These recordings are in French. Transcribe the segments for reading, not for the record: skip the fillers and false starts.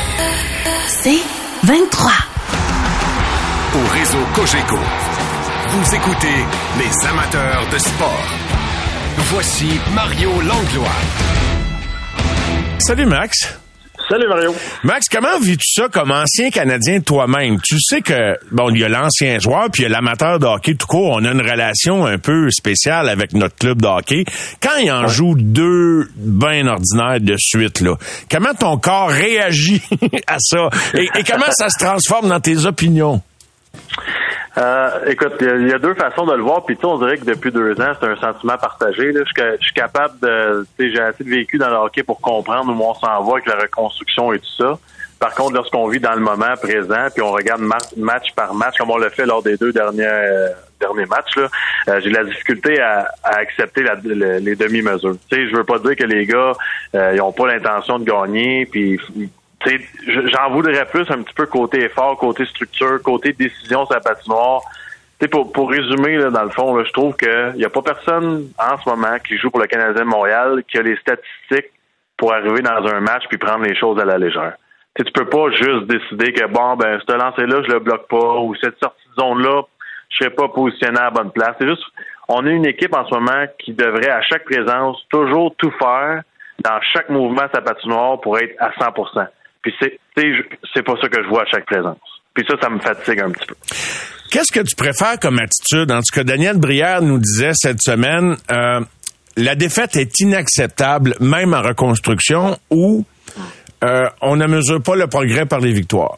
C'est 23. Au réseau Cogeco, vous écoutez les amateurs de sport. Voici Mario Langlois. Salut Max. Salut Mario. Max, comment vis-tu ça comme ancien Canadien toi-même? Tu sais que, bon, il y a l'ancien joueur puis il y a l'amateur de hockey tout court. On a une relation un peu spéciale avec notre club de hockey. Quand il en joue deux bien ordinaires de suite, là, comment ton corps réagit à ça? Et comment ça se transforme dans tes opinions? Écoute, il y a deux façons de le voir, puis on dirait que depuis 2 ans, c'est un sentiment partagé. Là. Je suis capable de... J'ai assez de vécu dans le hockey pour comprendre où on s'en va avec la reconstruction et tout ça. Par contre, lorsqu'on vit dans le moment présent, puis on regarde match par match, comme on l'a fait lors des 2 derniers matchs, là, j'ai de la difficulté à accepter les demi-mesures. Je veux pas dire que les gars ils ont pas l'intention de gagner, puis... j'en voudrais plus un petit peu côté effort, côté structure, côté décision sur la patinoire. Pour résumer, là, dans le fond, là, je trouve qu'il n'y a pas personne en ce moment qui joue pour le Canadien de Montréal qui a les statistiques pour arriver dans un match puis prendre les choses à la légère. Tu peux pas juste décider que ce lancer-là, je le bloque pas, ou cette sortie de zone-là, je serai pas positionné à la bonne place. C'est juste, on a une équipe en ce moment qui devrait, à chaque présence, toujours tout faire dans chaque mouvement de sa patinoire pour être à 100%. Puis c'est pas ça que je vois à chaque présence. Puis ça me fatigue un petit peu. Qu'est-ce que tu préfères comme attitude? En tout cas, Daniel Brière nous disait cette semaine, la défaite est inacceptable, même en reconstruction, où on ne mesure pas le progrès par les victoires.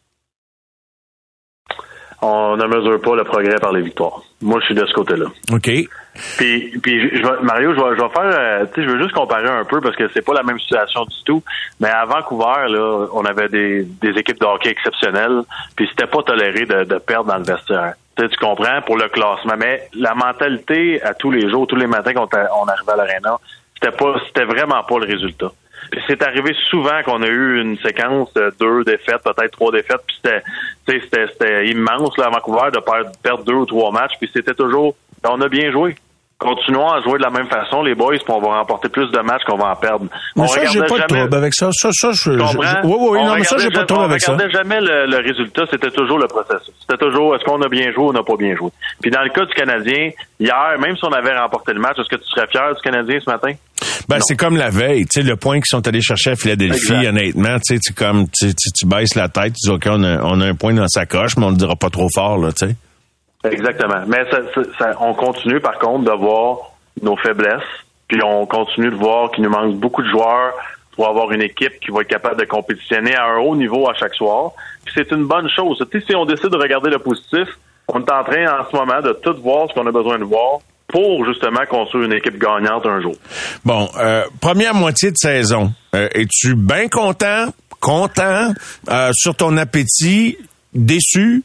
On ne mesure pas le progrès par les victoires. Moi, je suis de ce côté-là. OK. Puis Mario, je vais faire, je veux juste comparer un peu parce que c'est pas la même situation du tout. Mais à Vancouver, là, on avait des équipes de hockey exceptionnelles, puis c'était pas toléré de perdre dans le vestiaire. Tu comprends, pour le classement. Mais la mentalité à tous les jours, tous les matins quand on arrivait à l'aréna, c'était vraiment pas le résultat. Puis c'est arrivé souvent qu'on a eu une séquence de 2 défaites, peut-être 3 défaites, puis c'était immense là, à Vancouver de perdre 2 ou 3 matchs, puis c'était toujours, on a bien joué. Continuons à jouer de la même façon, les boys, puis on va remporter plus de matchs qu'on va en perdre. Mais ça, j'ai pas de trouble avec ça. Oui, non, mais ça, j'ai pas de trouble avec ça. On regardait jamais le résultat, c'était toujours le processus. C'était toujours, est-ce qu'on a bien joué ou on n'a pas bien joué. Puis dans le cas du Canadien, hier, même si on avait remporté le match, est-ce que tu serais fier du Canadien ce matin? Ben, c'est comme la veille, tu sais, le point qu'ils sont allés chercher à Philadelphie, exact. Honnêtement, tu sais, tu baisses la tête, tu dis, OK, on a un point dans sa coche, mais on le dira pas trop fort, là, tu sais. Exactement. Mais on continue, par contre, de voir nos faiblesses, puis on continue de voir qu'il nous manque beaucoup de joueurs pour avoir une équipe qui va être capable de compétitionner à un haut niveau à chaque soir. Puis c'est une bonne chose. Tu sais, si on décide de regarder le positif, on est en train, en ce moment, de tout voir ce qu'on a besoin de voir pour, justement, construire une équipe gagnante un jour. Bon, première moitié de saison. Es-tu bien content sur ton appétit, déçu?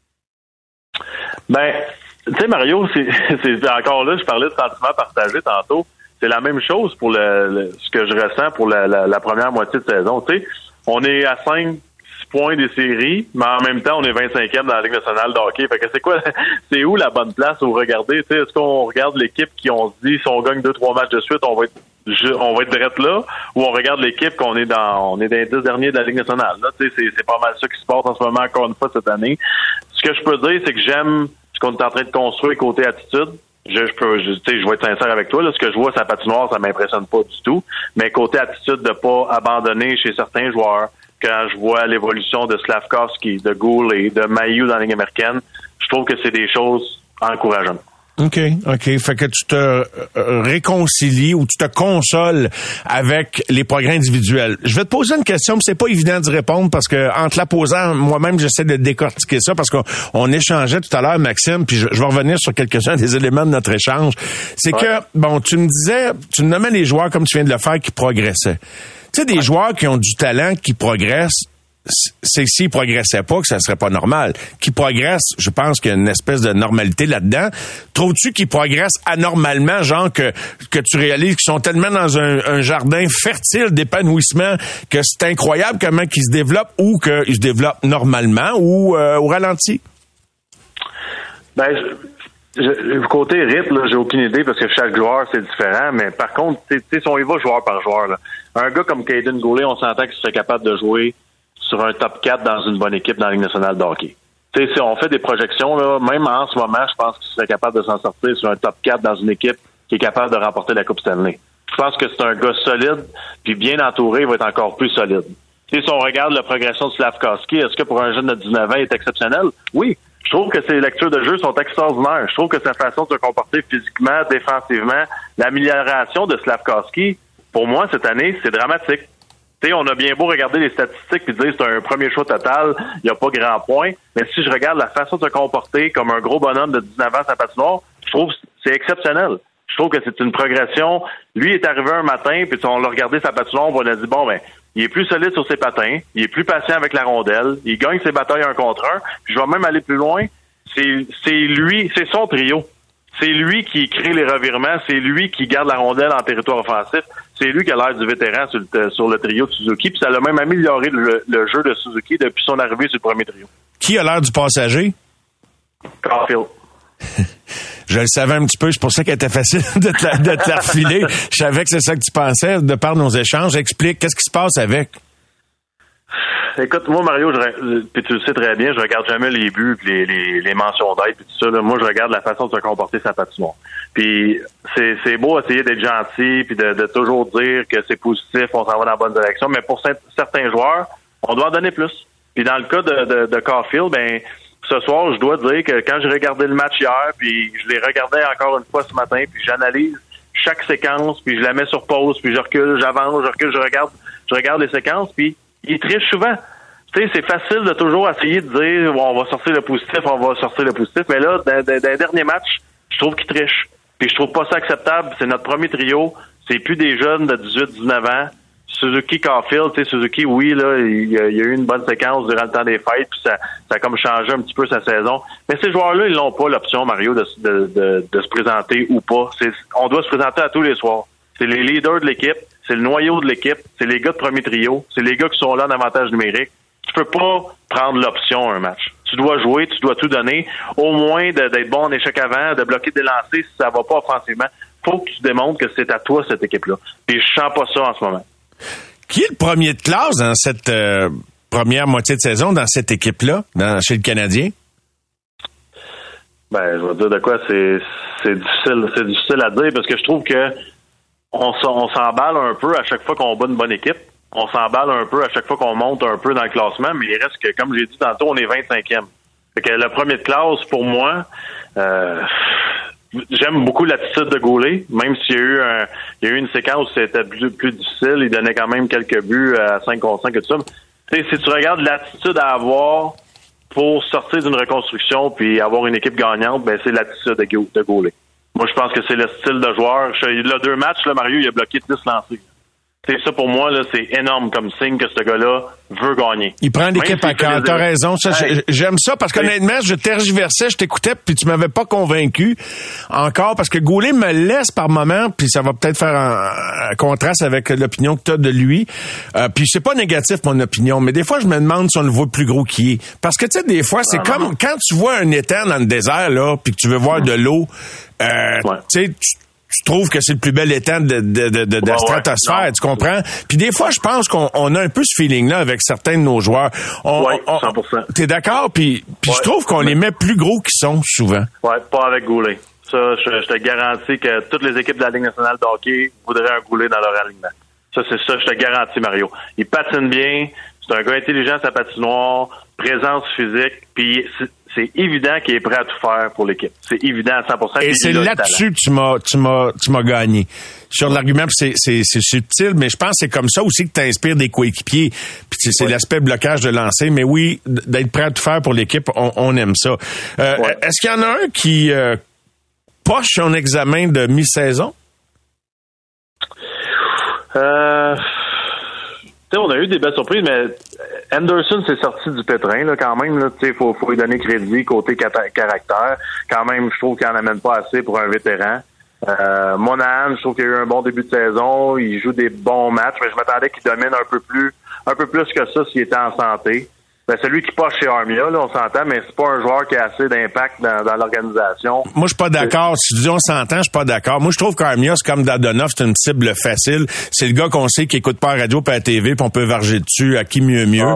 Ben, tu sais, Mario, c'est encore là, je parlais de sentiments partagés tantôt. C'est la même chose pour ce que je ressens pour la première moitié de saison. Tu sais, on est à 5 points des séries, mais en même temps, on est 25e dans la Ligue nationale de hockey. Fait que c'est où la bonne place où regarder? Tu sais, est-ce qu'on regarde l'équipe qui on se dit, si on gagne 2-3 matchs de suite, on va être direct là, ou on regarde l'équipe qu'on est dans les 10 derniers de la Ligue nationale. Là, tu sais, c'est pas mal ça qui se passe en ce moment, encore une fois, cette année. Ce que je peux dire, c'est que j'aime ce qu'on est en train de construire côté attitude. Je vais être sincère avec toi. Là, ce que je vois sur la patinoire, ça m'impressionne pas du tout. Mais côté attitude, de pas abandonner chez certains joueurs, quand je vois l'évolution de Slavkovski, de Goulet, de Mailloux dans la Ligue américaine, je trouve que c'est des choses encourageantes. OK. Fait que tu te réconcilies ou tu te consoles avec les progrès individuels. Je vais te poser une question, mais c'est pas évident d'y répondre parce que entre la posant, moi-même, j'essaie de décortiquer ça parce qu'on échangeait tout à l'heure, Maxime, puis je vais revenir sur quelques-uns des éléments de notre échange. C'est que, bon, tu me disais, tu me nommais les joueurs comme tu viens de le faire qui progressaient. Tu sais, des joueurs qui ont du talent, qui progressent, c'est que s'ils progressaient pas, que ça serait pas normal. Qui progressent, je pense qu'il y a une espèce de normalité là-dedans. Trouves-tu qu'ils progressent anormalement, genre que tu réalises qu'ils sont tellement dans un jardin fertile d'épanouissement que c'est incroyable comment ils se développent ou qu'ils se développent normalement ou au ralenti? Ben, côté rythme, là, j'ai aucune idée parce que chaque joueur, c'est différent. Mais par contre, si on y va joueur par joueur, là, un gars comme Caden Goulet, on s'entend qu'il serait capable de jouer sur un top 4 dans une bonne équipe dans la Ligue nationale de hockey. Tu sais, si on fait des projections, là, même en ce moment, je pense qu'il serait capable de s'en sortir sur un top 4 dans une équipe qui est capable de remporter la Coupe Stanley. Je pense que c'est un gars solide, puis bien entouré, il va être encore plus solide. Tu sais, si on regarde la progression de Slafkovský, est-ce que pour un jeune de 19 ans, il est exceptionnel? Oui. Je trouve que ses lectures de jeu sont extraordinaires. Je trouve que sa façon de se comporter physiquement, défensivement, l'amélioration de Slafkovský, pour moi, cette année, c'est dramatique. Tu sais, on a bien beau regarder les statistiques et dire c'est un premier choix total, il n'y a pas grand point, mais si je regarde la façon de se comporter comme un gros bonhomme de 19 ans à sa patinoire, je trouve que c'est exceptionnel. Je trouve que c'est une progression. Lui est arrivé un matin, puis on l'a regardé sa patinoire, on a dit, bon, ben, il est plus solide sur ses patins, il est plus patient avec la rondelle, il gagne ses batailles un contre un, puis je vais même aller plus loin, c'est lui, c'est son trio. C'est lui qui crée les revirements, c'est lui qui garde la rondelle en territoire offensif, c'est lui qui a l'air du vétéran sur le trio de Suzuki, puis ça a même amélioré le jeu de Suzuki depuis son arrivée sur le premier trio. Qui a l'air du passager? Caulfield. Je le savais un petit peu, c'est pour ça qu'elle était facile de te la refiler. Je savais que c'est ça que tu pensais, de par nos échanges. Explique, qu'est-ce qui se passe avec? Écoute, moi, Mario, puis tu le sais très bien, je regarde jamais les buts, puis les mentions d'aide, puis tout ça. Là. Moi, je regarde la façon de se comporter sa patinoire. Puis c'est beau essayer d'être gentil, puis de toujours dire que c'est positif, on s'en va dans la bonne direction, mais pour certains joueurs, on doit en donner plus. Puis dans le cas de Caulfield, ben ce soir, je dois dire que quand j'ai regardé le match hier, puis je l'ai regardé encore une fois ce matin, puis j'analyse chaque séquence, puis je la mets sur pause, puis je recule, j'avance, je recule, je regarde les séquences, puis il triche souvent. Tu sais, c'est facile de toujours essayer de dire on va sortir le positif, mais là, dans les derniers matchs, je trouve qu'il triche. Puis je trouve pas ça acceptable. C'est notre premier trio. C'est plus des jeunes de 18-19 ans. Suzuki, Caulfield, tu sais, Suzuki, oui, là, il y a eu une bonne séquence durant le temps des fêtes, puis ça a comme changé un petit peu sa saison. Mais ces joueurs-là, ils n'ont pas l'option, Mario, de se présenter ou pas. On doit se présenter à tous les soirs. C'est les leaders de l'équipe, c'est le noyau de l'équipe, c'est les gars de premier trio, c'est les gars qui sont là en avantage numérique. Tu peux pas prendre l'option un match. Tu dois jouer, tu dois tout donner, au moins d'être bon en échec avant, de bloquer des lancers si ça va pas offensivement. Faut que tu démontres que c'est à toi cette équipe-là. Puis je sens pas ça en ce moment. Qui est le premier de classe dans cette première moitié de saison dans cette équipe-là, chez le Canadien? Ben, je vais dire de quoi c'est difficile à dire parce que je trouve que on s'emballe un peu à chaque fois qu'on bat une bonne équipe. On s'emballe un peu à chaque fois qu'on monte un peu dans le classement, mais il reste que, comme j'ai dit tantôt, on est 25e. Fait que le premier de classe, pour moi, j'aime beaucoup l'attitude de Goulet, même s'il y a eu une séquence où c'était plus difficile, il donnait quand même quelques buts à 5 contre 5 et tout ça. Tu sais, si tu regardes l'attitude à avoir pour sortir d'une reconstruction puis avoir une équipe gagnante, ben c'est l'attitude de Goulet. Moi, je pense que c'est le style de joueur. Il a 2 matchs, là, Mario, il a bloqué 10 lancers. C'est ça pour moi, là, c'est énorme comme signe que ce gars-là veut gagner. Il prend l'équipe à cœur. T'as raison. Ça, j'aime ça parce qu'honnêtement, je tergiversais, je t'écoutais, puis tu m'avais pas convaincu encore parce que Goulet me laisse par moment, puis ça va peut-être faire un contraste avec l'opinion que t'as de lui. Puis c'est pas négatif mon opinion, mais des fois je me demande si on le voit plus gros qu'il est. Parce que tu sais, des fois c'est comme quand tu vois un étang dans le désert là, puis que tu veux voir de l'eau, tu sais. Tu trouves que c'est le plus bel étang de la stratosphère, tu comprends? Puis des fois, je pense qu'on a un peu ce feeling-là avec certains de nos joueurs. 100%. T'es d'accord? Puis je trouve qu'on les met plus gros qu'ils sont souvent. Ouais, pas avec Goulet. Ça, je te garantis que toutes les équipes de la Ligue nationale de hockey voudraient un Goulet dans leur alignement. Ça, c'est ça, je te garantis, Mario. Il patine bien, c'est un gars intelligent à sa patinoire, présence physique, puis c'est évident qu'il est prêt à tout faire pour l'équipe. C'est évident à 100%. Et c'est là-dessus que tu m'as gagné. Sur l'argument, c'est subtil, mais je pense que c'est comme ça aussi que tu inspires des coéquipiers. Puis c'est l'aspect blocage de lancer. Mais oui, d'être prêt à tout faire pour l'équipe, on aime ça. Est-ce qu'il y en a un qui poche son examen de mi-saison? On a eu des belles surprises, mais Anderson s'est sorti du pétrin là, quand même. Là, faut lui donner crédit côté caractère. Quand même, je trouve qu'il n'en amène pas assez pour un vétéran. Monahan, je trouve qu'il a eu un bon début de saison. Il joue des bons matchs, mais je m'attendais qu'il domine un peu plus que ça s'il était en santé. Ben, celui qui passe chez Armia, là, on s'entend, mais c'est pas un joueur qui a assez d'impact dans l'organisation. Moi, je suis pas d'accord. Si tu dis on s'entend, je suis pas d'accord. Moi, je trouve qu'Armia, c'est comme Dadonov, c'est une cible facile. C'est le gars qu'on sait qui écoute pas la radio pas la TV, puis on peut varger dessus à qui mieux.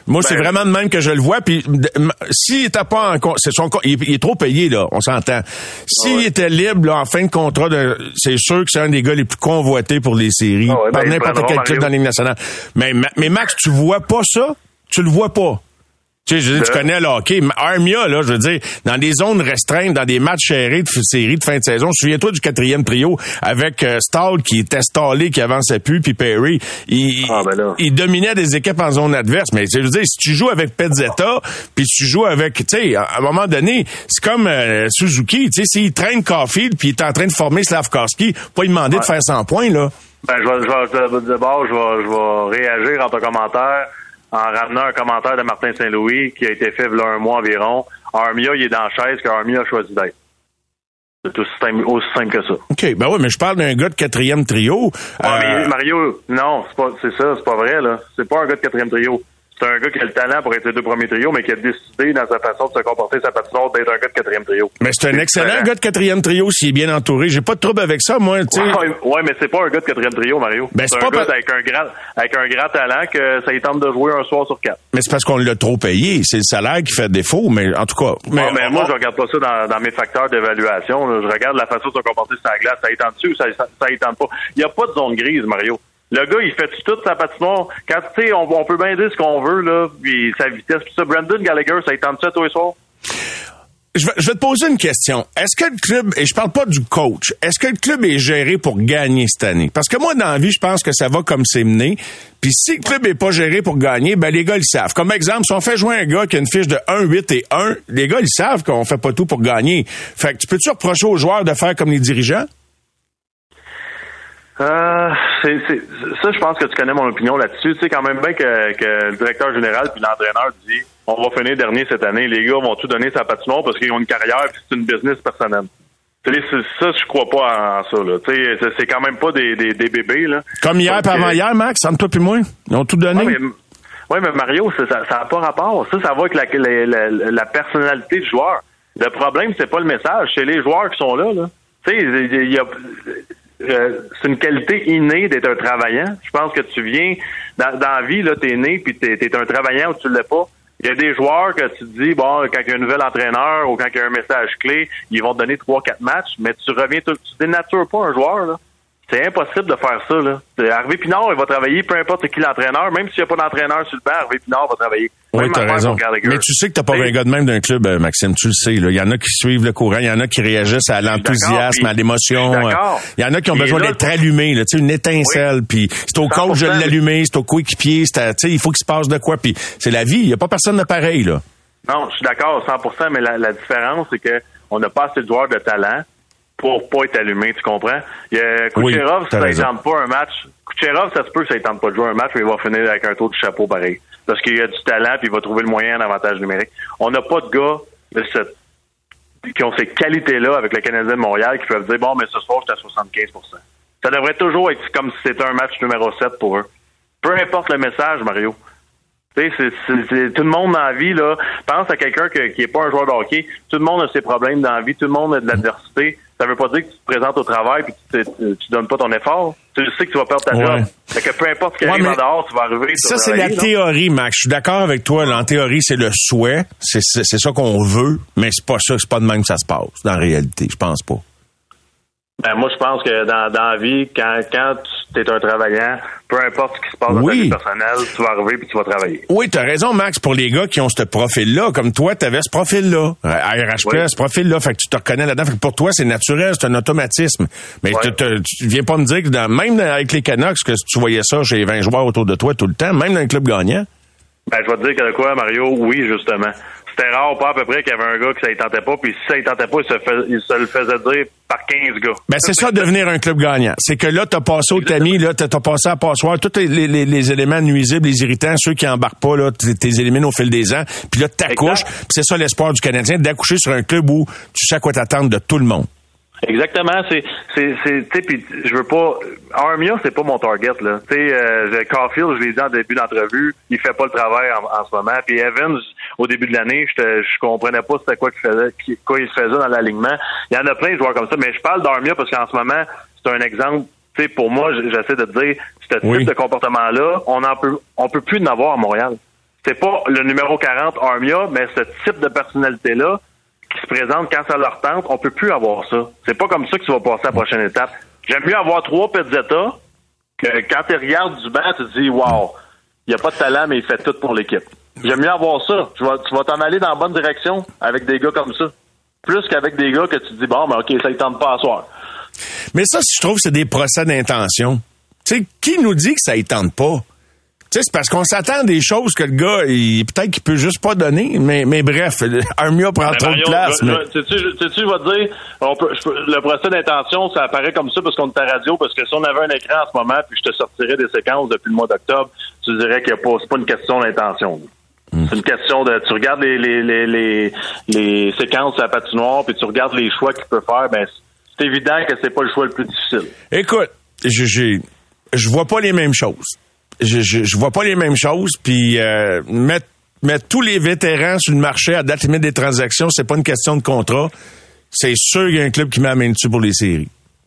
Moi, c'est vraiment de même que je le vois. Puis, s'il était pas il est trop payé, là, on s'entend. S'il était libre, là, en fin de contrat, c'est sûr que c'est un des gars les plus convoités pour les séries, par n'importe quel club dans la Ligue nationale. Mais Max, tu vois pas ça? Tu le vois pas? Tu sais, je veux dire, tu connais le hockey. Armia, là, je veux dire, dans des zones restreintes, dans des matchs serrés de séries de fin de saison, souviens-toi du 4e trio avec Stahl qui était stallé, qui avançait plus, puis Perry. Il dominait des équipes en zone adverse. Mais je veux dire, si tu joues avec Pezzetta, puis tu joues avec, tu sais, à un moment donné, c'est comme Suzuki, tu sais, s'il traîne Caulfield, puis il est en train de former Slavkovski, pas lui demander de faire 100 points, là. Ben, d'abord, je vais réagir en ton commentaire en ramenant un commentaire de Martin Saint-Louis qui a été fait il y a un mois environ. Armia, il est dans la chaise qu'Armia a choisi d'être. C'est aussi simple que ça. OK, ben oui, mais je parle d'un gars de 4e trio. Mais Mario, non, c'est pas vrai, là. C'est pas un gars de 4e trio. C'est un gars qui a le talent pour être les 2 premiers trios, mais qui a décidé dans sa façon de se comporter sa patinoire d'être un gars de 4e trio. Mais c'est un excellent gars de 4e trio s'il est bien entouré. J'ai pas de trouble avec ça, moi. Ouais, mais c'est pas un gars de 4e trio, Mario. Ben, c'est un gars avec un grand talent que ça lui tente de jouer un soir sur 4. Mais c'est parce qu'on l'a trop payé. C'est le salaire qui fait défaut, mais en tout cas. Mais moi, je regarde pas ça dans mes facteurs d'évaluation. Là. Je regarde la façon de se comporter sur la glace. Ça lui tente dessus ou ça lui tente pas. Il y a pas de zone grise, Mario. Le gars, il fait toute sa patinoire. Quand, tu sais, on peut bien dire ce qu'on veut, là, puis sa vitesse, tout ça. Brandon Gallagher, ça lui tente ça tous les soirs? Je vais te poser une question. Est-ce que le club, et je parle pas du coach, est-ce que le club est géré pour gagner cette année? Parce que moi, dans la vie, je pense que ça va comme c'est mené. Puis si le club est pas géré pour gagner, ben les gars, ils savent. Comme exemple, si on fait jouer un gars qui a une fiche de 1, 8 et 1, les gars, ils savent qu'on fait pas tout pour gagner. Fait que tu peux-tu reprocher aux joueurs de faire comme les dirigeants? Ça, je pense que tu connais mon opinion là-dessus. Tu sais quand même bien que le directeur général puis l'entraîneur dit on va finir dernier cette année. Les gars vont tout donner sa patinoire parce qu'ils ont une carrière puis c'est une business personnelle. Tu sais, ça, je crois pas en ça. Là. Tu sais, c'est quand même pas des bébés là. Comme hier, puis avant-hier, Max, entre toi puis moi, ils ont tout donné. Oui, mais Mario, ça n'a pas rapport. Ça va avec la personnalité du joueur. Le problème, c'est pas le message, c'est les joueurs qui sont là. Tu sais, c'est une qualité innée d'être un travaillant. Je pense que tu viens dans la vie, là, t'es né puis t'es un travaillant ou tu l'es pas. Il y a des joueurs que tu te dis, bon, quand il y a un nouvel entraîneur ou quand il y a un message clé, ils vont te donner 3-4 matchs, mais tu dénatures pas un joueur, là. C'est impossible de faire ça, là. Harvey Pinard, il va travailler, peu importe qui l'entraîneur, même s'il n'y a pas d'entraîneur sur le banc, Harvey Pinard va travailler. Oui, t'as raison. Mais tu sais que t'as pas un gars de même d'un club, Maxime, tu le sais, là. Il y en a qui suivent le courant, il y en a qui réagissent à l'enthousiasme, à l'émotion. Il y en a qui ont besoin d'être allumés, là, tu sais, une étincelle, puis c'est au coach de l'allumer, c'est au coéquipier, tu sais, il faut qu'il se passe de quoi, puis c'est la vie, il y a pas personne de pareil, là. Non, je suis d'accord 100%, mais la différence, c'est que on n'a pas assez de joueurs de talent pour pas être allumé, tu comprends? Kucherov, ça ne tente pas un match. Kucherov, ça se peut que ça ne tente pas de jouer un match, mais il va finir avec un tour de chapeau pareil. Parce qu'il a du talent, puis il va trouver le moyen d'avantage numérique. On n'a pas de gars qui ont ces qualités-là avec le Canadien de Montréal qui peuvent dire, bon, mais ce soir, j'étais à 75%. Ça devrait toujours être comme si c'était un match numéro 7 pour eux. Peu importe le message, Mario. Tu sais, c'est tout le monde dans la vie, là. Pense à quelqu'un qui est pas un joueur de hockey. Tout le monde a ses problèmes dans la vie. Tout le monde a de l'adversité. Ça veut pas dire que tu te présentes au travail et tu donnes pas ton effort. Tu sais que tu vas perdre ta job. Fait que peu importe ce qui arrive en dehors, tu vas arriver. Ça, c'est la théorie, Max. Je suis d'accord avec toi. Là, en théorie, c'est le souhait. C'est ça qu'on veut. Mais c'est pas ça. C'est pas de même que ça se passe. Dans la réalité, je pense pas. Ben, moi, je pense que dans la vie, quand tu es un travaillant, peu importe ce qui se passe dans ta vie personnelle, tu vas arriver puis tu vas travailler. Oui, t'as raison, Max, pour les gars qui ont ce profil-là, comme toi, t'avais ce profil-là. À RHP, ce profil-là, fait que tu te reconnais là-dedans. Fait que pour toi, c'est naturel, c'est un automatisme. Mais tu viens pas me dire que même avec les Canucks, que tu voyais ça chez 20 joueurs autour de toi tout le temps, même dans un club gagnant. Ben, je vais te dire que quoi, Mario? Oui, justement. C'était rare, pas à peu près, qu'il y avait un gars que ça ne tentait pas, puis si ça ne tentait pas, il se le faisait dire par 15 gars. Ben, c'est ça, devenir un club gagnant. C'est que là, t'as passé au tamis, là, t'as passé à passoire, tous les éléments nuisibles, les irritants, ceux qui embarquent pas, là, t'es élimines au fil des ans, puis là, t'accouches, puis c'est ça l'espoir du Canadien, d'accoucher sur un club où tu sais à quoi t'attendre de tout le monde. Exactement, tu sais, puis je veux pas, Armia, c'est pas mon target, là. Tu sais, Caulfield, je l'ai dit en début d'entrevue, il fait pas le travail en ce moment, puis Evans, au début de l'année, je comprenais pas c'était quoi il faisait dans l'alignement. Il y en a plein de joueurs comme ça, mais je parle d'Armia parce qu'en ce moment, c'est un exemple, tu sais, pour moi, j'essaie de te dire, ce type de comportement-là, on peut plus en avoir à Montréal. c'est pas le numéro 40 Armia, mais ce type de personnalité-là qui se présente quand ça leur tente, on peut plus avoir ça. C'est pas comme ça que tu vas passer à la prochaine étape. J'aime mieux avoir 3 Pezzetta que quand tu regardes du banc, tu te dis, wow, il n'y a pas de talent, mais il fait tout pour l'équipe. J'aime mieux avoir ça. Tu vas t'en aller dans la bonne direction avec des gars comme ça. Plus qu'avec des gars que tu te dis, bon, ben OK, ça ne tente pas à soir. Mais ça, je trouve que c'est des procès d'intention. Tu sais, qui nous dit que ça ne tente pas? Tu sais, c'est parce qu'on s'attend à des choses que le gars, peut-être qu'il peut juste pas donner, mais bref, Armia prend trop de place. Je vais te dire, le procès d'intention, ça apparaît comme ça parce qu'on est à radio, parce que si on avait un écran en ce moment, puis je te sortirais des séquences depuis le mois d'octobre, tu dirais que c'est pas une question d'intention. C'est une question de, tu regardes les séquences à la patinoire, puis tu regardes les choix qu'il peut faire, ben c'est évident que c'est pas le choix le plus difficile. Écoute, je vois pas les mêmes choses. Je vois pas les mêmes choses, puis mettre tous les vétérans sur le marché à date limite des transactions, c'est pas une question de contrat. C'est sûr qu'il y a un club qui m'amène dessus pour les séries.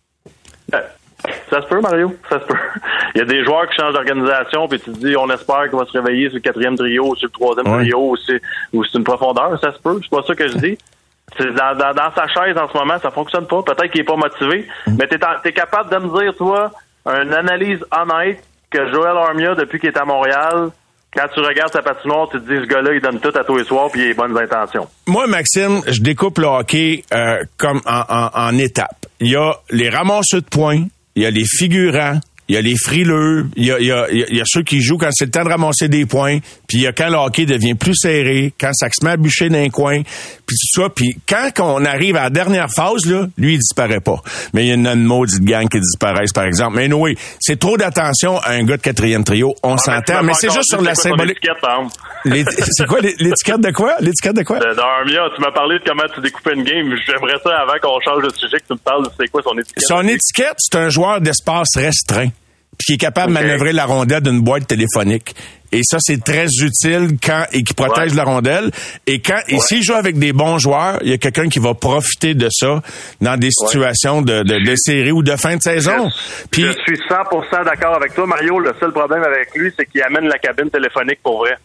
Ça se peut, Mario, ça se peut. Il y a des joueurs qui changent d'organisation, puis tu te dis, on espère qu'il va se réveiller sur le 4e trio, ou sur le 3e trio, ou c'est une profondeur, ça se peut. C'est pas ça que je dis. C'est dans sa chaise en ce moment, ça fonctionne pas. Peut-être qu'il est pas motivé, mais t'es capable de me dire, toi, une analyse honnête que Joël Armia, depuis qu'il est à Montréal, quand tu regardes sa patinoire, tu te dis, ce gars-là, il donne tout à tous les soirs, puis il a les bonnes intentions. Moi, Maxime, je découpe le hockey comme en étapes. Il y a les ramasseurs de points, il y a les figurants, il y a les frileux, il y a ceux qui jouent quand c'est le temps de ramasser des points, puis il y a quand le hockey devient plus serré, quand ça se met à bûcher d'un coin, puis tout ça. Puis quand on arrive à la dernière phase, là, lui, il disparaît pas. Mais il y a une maudite gang qui disparaissent, par exemple. Mais oui, c'est trop d'attention à un gars de 4e trio, on s'entend, mais c'est juste sur la symbolique. C'est quoi l'étiquette de quoi? L'étiquette de quoi? D'Armia, tu m'as parlé de comment tu découpais une game. J'aimerais ça, avant qu'on change de sujet, que tu me parles de c'est quoi son étiquette. Son étiquette, c'est un joueur d'espace restreint, puis qui est capable de manœuvrer la rondelle d'une boîte téléphonique. Et ça, c'est très utile et qui protège la rondelle. Et s'il joue avec des bons joueurs, il y a quelqu'un qui va profiter de ça dans des situations de série ou de fin de saison. Puis je suis 100% d'accord avec toi, Mario. Le seul problème avec lui, c'est qu'il amène la cabine téléphonique pour vrai.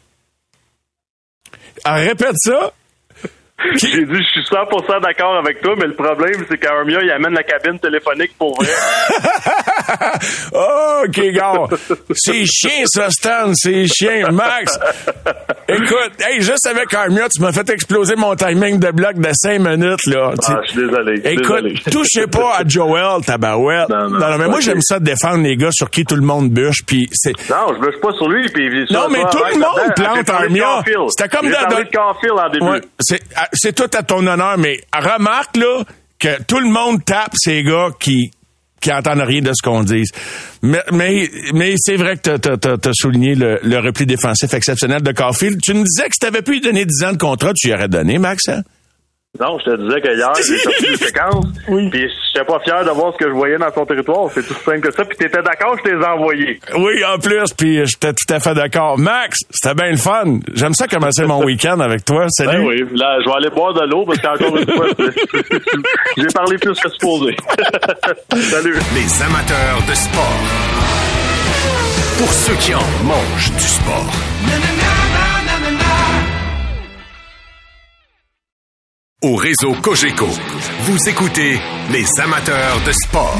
Répète ça. J'ai dit, je suis 100% d'accord avec toi, mais le problème, c'est qu'Armia, il amène la cabine téléphonique pour vrai. Oh, OK, gars. C'est chiant, ça, Stan. C'est chiant. Max, écoute, juste avec Armia, tu m'as fait exploser mon timing de bloc de 5 minutes, là. Je suis désolé. Écoute, touchez pas à Joel, tabarouette. Non, mais moi, j'aime ça défendre les gars sur qui tout le monde bûche, puis c'est... Non, je bûche pas sur lui, puis... Non, mais tout le monde plante Armia. C'était comme dans le Caulfield en début. Ouais, c'est tout à ton honneur, mais remarque, là, que tout le monde tape ces gars qui entendent rien de ce qu'on dit. Mais c'est vrai que t'as souligné le repli défensif exceptionnel de Caulfield. Tu me disais que si t'avais pu lui donner 10 ans de contrat, tu y aurais donné, Max, hein? Non, je te disais que hier, j'ai sorti une séquence, puis j'étais pas fier de voir ce que je voyais dans son territoire. C'est tout simple que ça. Puis t'étais d'accord, je t'ai envoyé. Oui, en plus, puis j'étais tout à fait d'accord. Max, c'était bien le fun. J'aime ça commencer mon week-end avec toi. Salut. Ben oui, là, je vais aller boire de l'eau parce qu'encore une fois, j'ai parlé plus que supposé. Salut. Les amateurs de sport. Pour ceux qui en mangent du sport. Au réseau Cogeco, vous écoutez les amateurs de sport.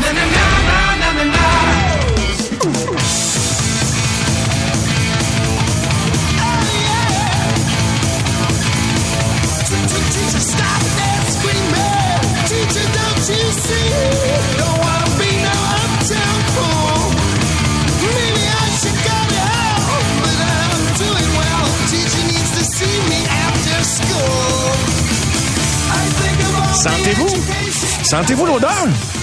Sentez-vous l'odeur?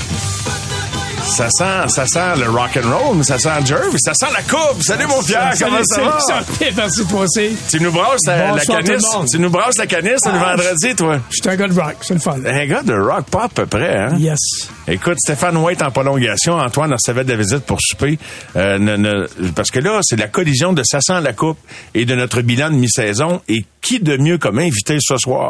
Ça sent le rock'n'roll, mais ça sent Jerv, ça sent la coupe. Salut mon Pierre, comment ça va? Merci toi aussi. Tu nous brasses la canisse. Tu nous brasses la canisse le vendredi, toi. Je suis un gars de rock, c'est le fun. Un gars de rock, pas à peu près, hein? Yes. Écoute, Stéphane White en prolongation, Antoine recevait de la visite pour souper. Parce que là, c'est la collision de Ça sent la coupe et de notre bilan de mi-saison. Et qui de mieux comme invité ce soir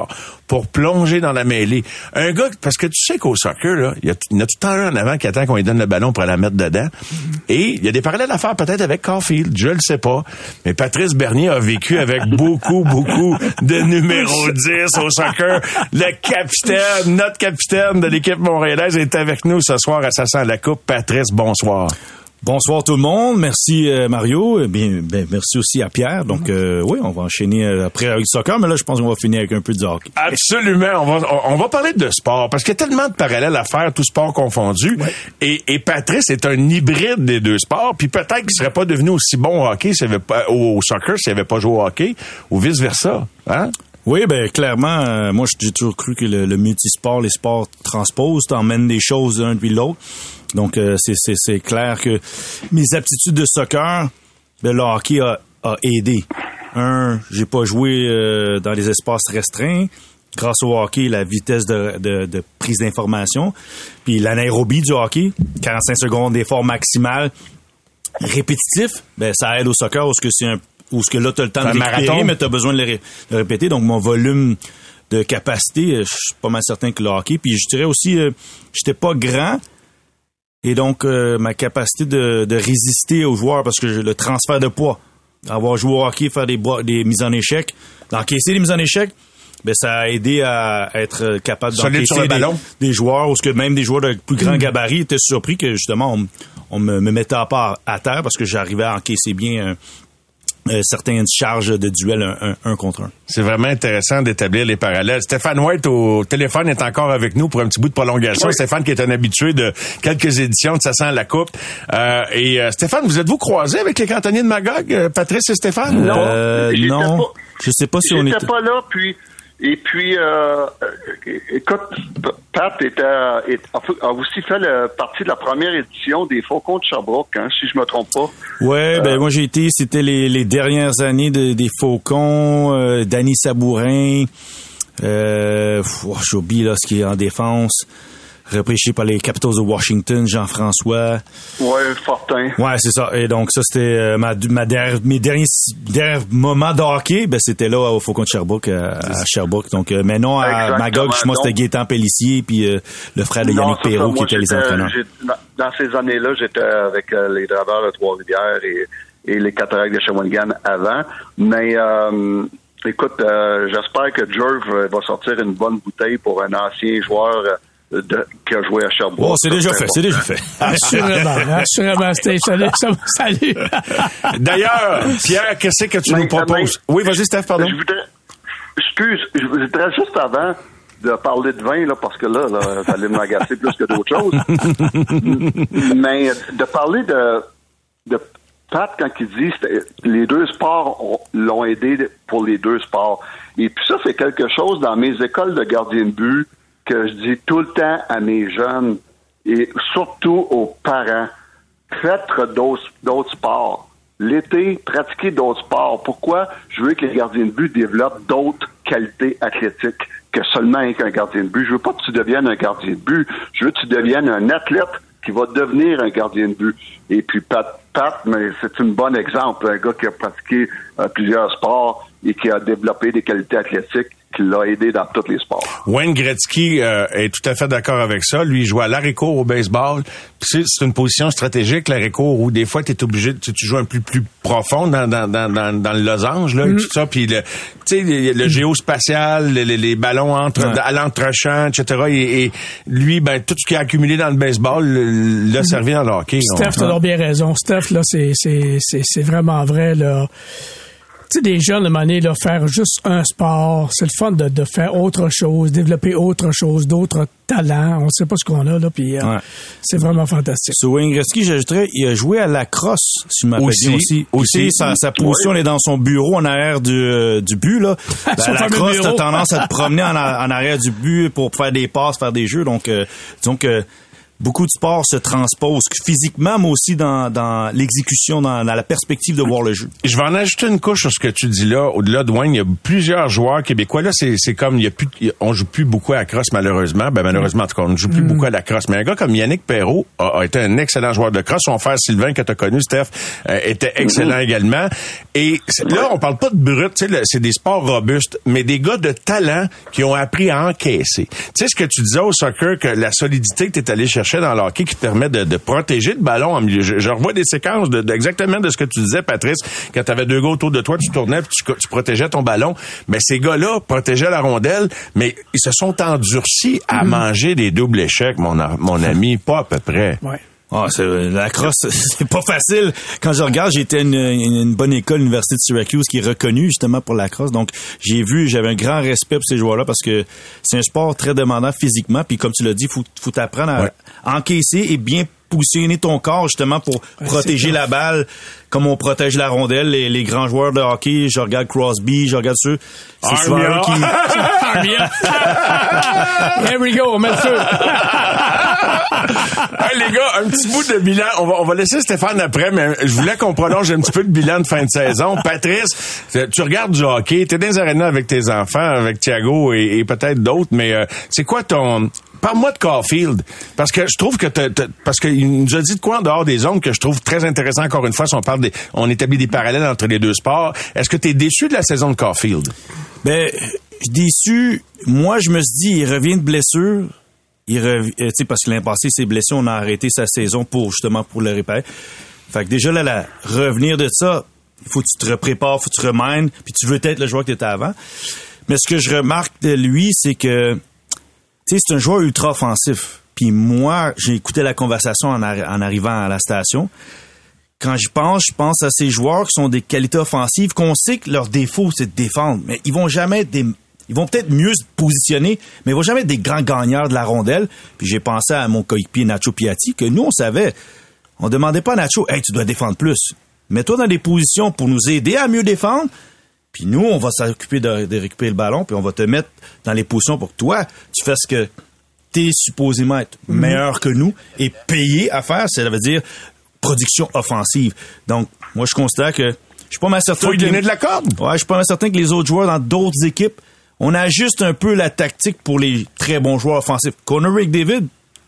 pour plonger dans la mêlée. Un gars, parce que tu sais qu'au soccer, là, il y en a tout le temps un en avant qui attend qu'on lui donne le ballon pour la mettre dedans. Et il y a des parallèles à faire peut-être avec Caulfield, je le sais pas. Mais Patrice Bernier a vécu avec beaucoup de numéro 10 au soccer. Le capitaine, notre capitaine de l'équipe montréalaise est avec nous ce soir à Ça sent la coupe. Patrice, bonsoir. Bonsoir tout le monde. Merci Mario. Merci aussi à Pierre. Donc oui, on va enchaîner après avec le soccer, mais là je pense qu'on va finir avec un peu de hockey. Absolument. On va parler de sport parce qu'il y a tellement de parallèles à faire, tout sport confondu. Ouais. Et Patrice est un hybride des deux sports. Puis peut-être qu'il serait pas devenu aussi bon au hockey au soccer s'il avait pas joué au hockey ou vice versa. Hein? Oui, clairement, moi j'ai toujours cru que le multisport, les sports transposent, t'emmènent des choses d'un puis l'autre. Donc c'est clair que mes aptitudes de soccer, le hockey a aidé. J'ai pas joué dans les espaces restreints. Grâce au hockey, la vitesse de prise d'information, puis l'anaérobie du hockey, 45 secondes d'effort maximal répétitif, ça aide au soccer où ce que là t'as le temps de récupérer, mais t'as besoin de le répéter. Donc mon volume de capacité, je suis pas mal certain que le hockey. Puis je dirais aussi, j'étais pas grand. Et donc, ma capacité de résister aux joueurs, parce que le transfert de poids, avoir joué au hockey, faire des mises en échec, d'encaisser les mises en échec, ça a aidé à être capable d'encaisser des joueurs, ou ce que même des joueurs de plus grand gabarit étaient surpris que justement on me mettait à part à terre parce que j'arrivais à encaisser bien certaines charges de duel un contre un. C'est vraiment intéressant d'établir les parallèles. Stéphane White au téléphone est encore avec nous pour un petit bout de prolongation. Oui. Stéphane qui est un habitué de quelques éditions de Ça sent la coupe. Et Stéphane, vous êtes-vous croisé avec les cantonniers de Magog, Patrice et Stéphane? Non. Je sais pas si on était... J'étais pas là, puis... Et puis, écoute, Pat a aussi fait partie de la première édition des Faucons de Sherbrooke, si je me trompe pas. Ouais, moi j'ai été, c'était les dernières années des Faucons, Danny Sabourin, j'oublie là ce qui est en défense. Repêché par les Capitals de Washington, Jean-François. Ouais, Fortin. Ouais, c'est ça. Et donc ça c'était mes derniers moments de hockey, c'était là au Faucon de Sherbrooke à Sherbrooke. Donc mais non à Magog, moi c'était Gaétan Pellissier puis le frère de Yannick Perrault qui étaient les entraîneurs. Dans ces années-là, j'étais avec les Draveurs de Trois-Rivières et les Cataractes de Shawinigan avant, mais écoute, j'espère que Jerv va sortir une bonne bouteille pour un ancien joueur qui a joué à Sherbrooke. Oh, c'est déjà fait. Assurément, salut. D'ailleurs, Pierre, qu'est-ce que tu nous proposes? Oui, vas-y, Steph, pardon. Je voudrais juste avant de parler de vin, là, parce que là ça allait m'agacer plus que d'autres choses. Mais de parler de Pat, quand il dit les deux sports l'ont aidé pour les deux sports. Et puis ça, c'est quelque chose dans mes écoles de gardien de but que je dis tout le temps à mes jeunes et surtout aux parents. Faites d'autres sports. L'été, pratiquez d'autres sports. Pourquoi? Je veux que les gardiens de but développent d'autres qualités athlétiques que seulement un gardien de but. Je veux pas que tu deviennes un gardien de but. Je veux que tu deviennes un athlète qui va devenir un gardien de but. Et puis Pat, mais c'est un bon exemple. Un gars qui a pratiqué plusieurs sports et qui a développé des qualités athlétiques qui l'a aidé dans tous les sports. Wayne Gretzky est tout à fait d'accord avec ça. Lui, il joue à l'arrêt-court au baseball. Puis c'est une position stratégique, l'arrêt-court, où des fois, tu es obligé, tu joues un peu plus profond dans le losange, là, et tout ça. Puis le géospatial, les ballons à l'entre-champ, etc. Et lui, tout ce qu'il a accumulé dans le baseball l'a servi dans le hockey. Steph, t'as bien raison. Steph, là, c'est vraiment vrai, là. Tu sais, des jeunes, à un moment donné, là, faire juste un sport, c'est le fun de faire autre chose, développer autre chose, d'autres talents. On sait pas ce qu'on a, là, puis c'est vraiment fantastique. Sur Wayne Gretzky, j'ajouterais, il a joué à lacrosse, si je m'appelle bien aussi. Sa position, elle est dans son bureau en arrière du but, là. À lacrosse, t'as tendance à te promener en arrière du but pour faire des passes, faire des jeux. Donc, disons que beaucoup de sports se transposent physiquement, mais aussi dans l'exécution, dans la perspective de voir le jeu. Je vais en ajouter une couche sur ce que tu dis là. Au-delà de Wayne, il y a plusieurs joueurs québécois. Là, c'est comme, on joue plus beaucoup à la crosse, malheureusement. Ben, malheureusement, en tout cas, on ne joue plus beaucoup à la crosse. Mais un gars comme Yannick Perrault a été un excellent joueur de crosse. Son frère Sylvain, que tu as connu, Steph, était excellent également. Et là, on parle pas de brut, tu sais, c'est des sports robustes, mais des gars de talent qui ont appris à encaisser. Tu sais, ce que tu disais au soccer, que la solidité que tu es allé chercher dans le hockey qui te permet de protéger le ballon en milieu. Je revois des séquences exactement de ce que tu disais, Patrice, quand tu avais deux gars autour de toi, tu tournais puis tu protégeais ton ballon. Mais ces gars-là protégeaient la rondelle, mais ils se sont endurcis à manger des doubles échecs, mon ami, pas à peu près. Ouais. La crosse, c'est pas facile. Quand je regarde, j'ai été à une bonne école, l'Université de Syracuse, qui est reconnue justement pour la crosse. Donc, j'avais un grand respect pour ces joueurs-là parce que c'est un sport très demandant physiquement. Puis, comme tu l'as dit, faut t'apprendre à encaisser et bien positionner ton corps justement pour protéger la balle comme on protège la rondelle. Les grands joueurs de hockey, je regarde Crosby, je regarde ceux, c'est souvent eux qui... Here we go, on met le feu. Hey, les gars, un petit bout de bilan. On va laisser Stéphane après, mais je voulais qu'on prolonge un petit peu le bilan de fin de saison. Patrice, tu regardes du hockey, t'es dans les arénas avec tes enfants, avec Thiago et peut-être d'autres, mais c'est quoi ton... Parle-moi de Caulfield, parce que je trouve que parce qu'il nous a dit de quoi en dehors des zones que je trouve très intéressant, encore une fois, si on établit des parallèles entre les deux sports. Est-ce que tu es déçu de la saison de Caulfield? Ben, déçu. Moi, je me suis dit, il revient de blessure. Parce que l'année passée, il s'est blessé, on a arrêté sa saison pour le réparer. Fait que déjà, là, revenir de ça, il faut que tu te reprépares, faut que tu remènes, puis tu veux être le joueur que tu étais avant. Mais ce que je remarque de lui, c'est que c'est un joueur ultra offensif. Puis moi, j'ai écouté la conversation en arrivant à la station. Quand je pense à ces joueurs qui sont des qualités offensives, qu'on sait que leur défaut, c'est de défendre. Mais ils vont peut-être mieux se positionner, mais ils vont jamais être des grands gagneurs de la rondelle. Puis j'ai pensé à mon coéquipier Nacho Piatti, que nous, on savait. On demandait pas à Nacho, « Hey, tu dois défendre plus. » Mets-toi dans des positions pour nous aider à mieux défendre. Puis nous, on va s'occuper de récupérer le ballon, puis on va te mettre dans les positions pour que toi, tu fasses ce que t'es supposément être meilleur que nous et payé à faire, ça veut dire production offensive. Donc, moi, je constate que je suis pas mal certain... Faut lui donner de la corde. Ouais, je suis pas mal certain que les autres joueurs dans d'autres équipes, on ajuste un peu la tactique pour les très bons joueurs offensifs. Connor McDavid,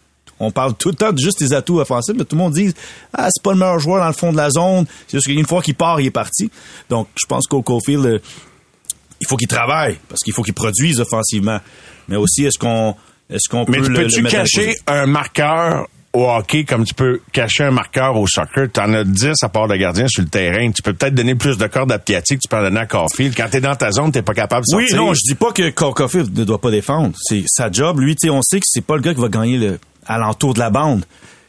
on parle tout le temps de juste les atouts offensifs, mais tout le monde dit « Ah, c'est pas le meilleur joueur dans le fond de la zone. » C'est juste qu'une fois qu'il part, il est parti. Donc, je pense qu'au Caulfield, il faut qu'il travaille, parce qu'il faut qu'il produise offensivement. Mais aussi, est-ce qu'on peut le mettre... Mais peux-tu cacher un marqueur au hockey comme tu peux cacher un marqueur au soccer? T'en as 10 à part de gardien sur le terrain. Tu peux peut-être donner plus de cordes à Piatti que tu peux en donner à Caulfield. Quand t'es dans ta zone, t'es pas capable de sortir. Oui, non, je dis pas que Caulfield ne doit pas défendre. C'est sa job. Lui, on sait que c'est pas le gars qui va gagner alentour de la bande.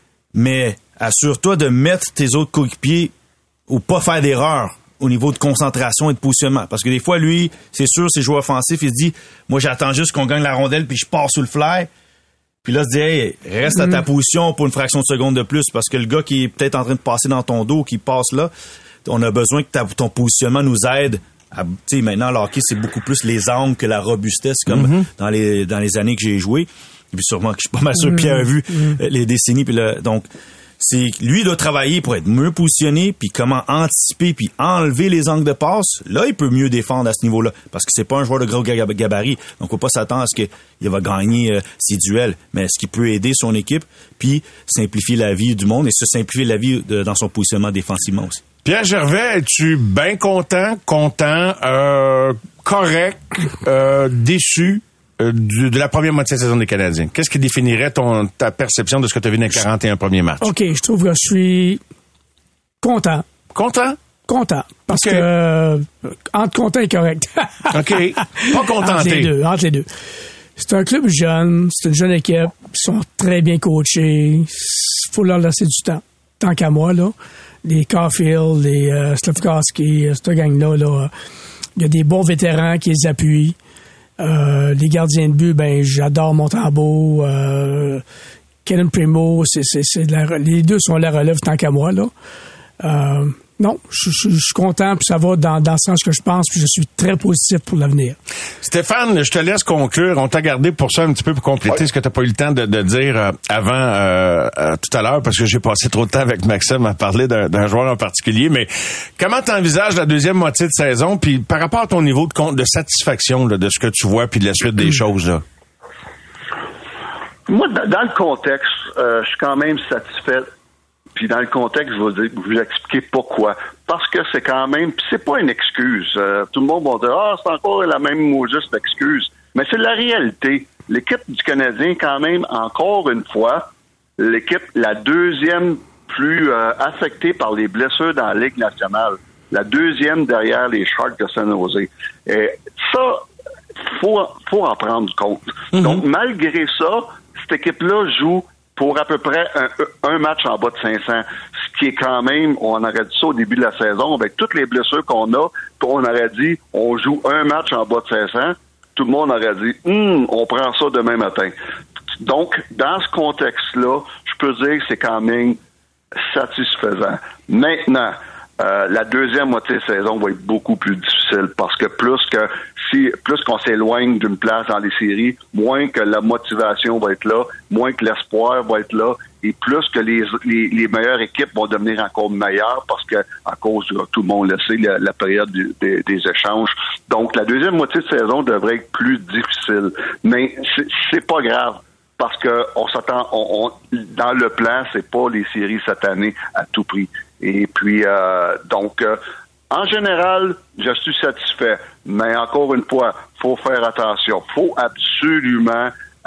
Mais assure-toi de mettre tes autres coéquipiers ou pas faire d'erreur au niveau de concentration et de positionnement. Parce que des fois, lui, c'est sûr, ses joueurs offensifs, il se dit, moi, j'attends juste qu'on gagne la rondelle puis je pars sous le fly. Puis là, se dit, hey, reste à ta position pour une fraction de seconde de plus parce que le gars qui est peut-être en train de passer dans ton dos, qui passe là, on a besoin que ton positionnement nous aide. Tu sais, maintenant, le hockey, c'est beaucoup plus les angles que la robustesse, comme dans les années que j'ai joué. Et puis sûrement que je suis pas mal sûr Pierre a vu les décennies. Puis donc, c'est lui, il doit travailler pour être mieux positionné, puis comment anticiper, puis enlever les angles de passe. Là, il peut mieux défendre à ce niveau-là, parce que c'est pas un joueur de gros gabarit. Donc, on peut pas s'attendre à ce qu'il va gagner ses duels, mais est-ce qu'il peut aider son équipe, puis simplifier la vie du monde et se simplifier la vie dans son positionnement défensivement aussi. Pierre Gervais, es-tu bien content, correct, déçu de la première moitié de la saison des Canadiens? Qu'est-ce qui définirait ta perception de ce que tu as vu dans les 41 premiers matchs? OK, je trouve que je suis content. Content? Content. Parce que entre content et correct. OK. Pas contenté. Entre les deux. C'est un club jeune, c'est une jeune équipe. Ils sont très bien coachés. Il faut leur laisser du temps. Tant qu'à moi, là. Les Caulfield, les Slafkovsky, cette gang-là, il y a des bons vétérans qui les appuient. Les gardiens de but, j'adore Montembeault, Kellen Primo, les deux sont à la relève tant qu'à moi, là. non, je suis content, puis ça va dans le sens que je pense, puis je suis très positif pour l'avenir. Stéphane, je te laisse conclure. On t'a gardé pour ça un petit peu pour compléter ce que t'as pas eu le temps de dire avant tout à l'heure, parce que j'ai passé trop de temps avec Maxime à parler d'un joueur en particulier. Mais comment t'envisages la deuxième moitié de saison, puis par rapport à ton niveau de satisfaction là, de ce que tu vois, puis de la suite des choses là? Moi, dans le contexte, je suis quand même satisfait. Puis dans le contexte, je vais vous expliquer pourquoi. Parce que c'est quand même, puis c'est pas une excuse. Tout le monde va dire, c'est encore la même juste excuse. Mais c'est la réalité. L'équipe du Canadien, quand même, encore une fois, l'équipe la deuxième plus affectée par les blessures dans la Ligue nationale. La deuxième derrière les Sharks de San Jose. Et ça, faut en prendre compte. Mm-hmm. Donc, malgré ça, cette équipe-là joue pour à peu près un match en bas de 500, ce qui est quand même, on aurait dit ça au début de la saison, avec toutes les blessures qu'on a, on aurait dit, on joue un match en bas de 500, tout le monde aurait dit, on prend ça demain matin. Donc, dans ce contexte-là, je peux dire que c'est quand même satisfaisant. Maintenant, la deuxième moitié de saison va être beaucoup plus difficile parce que plus qu'on s'éloigne d'une place dans les séries, moins que la motivation va être là, moins que l'espoir va être là, et plus que les meilleures équipes vont devenir encore meilleures parce que à cause de tout le monde le sait, la période des échanges. Donc la deuxième moitié de saison devrait être plus difficile, mais c'est pas grave. Parce que on s'attend, dans le plan, c'est pas les séries cette année à tout prix. Et puis, en général, je suis satisfait. Mais encore une fois, faut faire attention. Faut absolument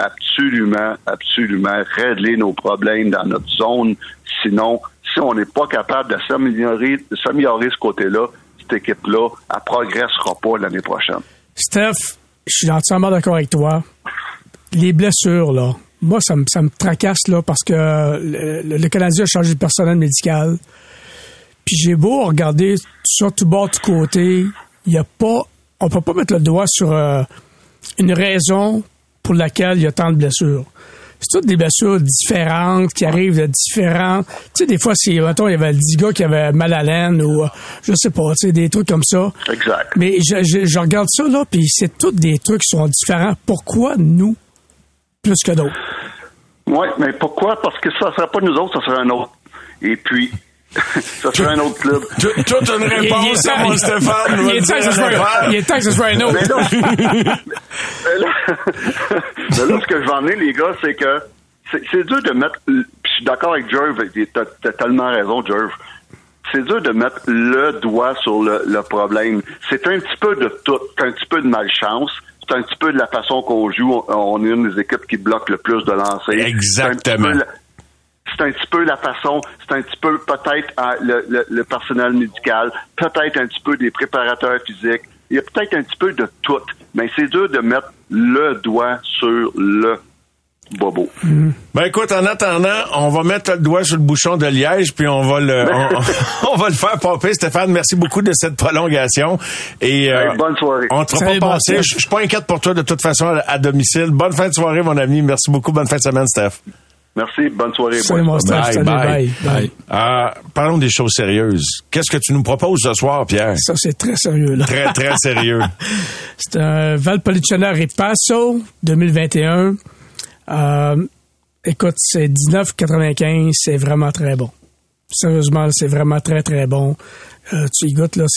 régler nos problèmes dans notre zone. Sinon, si on n'est pas capable de s'améliorer ce côté-là, cette équipe-là, elle progressera pas l'année prochaine. Steph, je suis entièrement d'accord avec toi. Les blessures, là, moi, ça me tracasse, là, parce que le Canadien a changé de personnel médical. Puis j'ai beau regarder sur tout bord, tout côté, on peut pas mettre le doigt sur une raison pour laquelle il y a tant de blessures. C'est toutes des blessures différentes qui arrivent de différents. Tu sais, des fois, mettons, il y avait 10 gars qui avaient mal à l'aine ou je sais pas, tu sais, des trucs comme ça. Exact. Mais je regarde ça, là, puis c'est tous des trucs qui sont différents. Pourquoi nous, plus que d'autres? Oui, mais pourquoi? Parce que ça ne serait pas nous autres, ça serait un autre. Et puis, ça serait un autre club. Toute une réponse à mon Stéphane. Il est temps que ce soit un autre. Mais là, ce que je vais emmener, les gars, c'est que c'est dur de mettre... Je suis d'accord avec Jerv, t'as tellement raison, Jerv. C'est dur de mettre le doigt sur le problème. C'est un petit peu de tout. C'est un petit peu de malchance. C'est un petit peu de la façon qu'on joue. On est une des équipes qui bloque le plus de lancers. Exactement. C'est un petit peu la façon, c'est un petit peu peut-être le personnel médical, peut-être un petit peu des préparateurs physiques. Il y a peut-être un petit peu de tout. Mais c'est dur de mettre le doigt sur le bobo. Ben écoute, en attendant, on va mettre le doigt sur le bouchon de liège, puis on va le faire popper. Stéphane, merci beaucoup de cette prolongation. Et bonne soirée. On ne te fera pas passer. Je suis pas inquiète pour toi de toute façon à domicile. Bonne fin de soirée, mon ami. Merci beaucoup. Bonne fin de semaine, Steph. Merci, bonne soirée. Salut, mon Steph. Bye. Parlons des choses sérieuses. Qu'est-ce que tu nous proposes ce soir, Pierre? Ça, c'est très sérieux, là. Très, très sérieux. C'est un Valpolicella-Ripasso 2021. Écoute, c'est 19,95. C'est vraiment très bon. Sérieusement, c'est vraiment très, très bon. Tu y goûtes, là,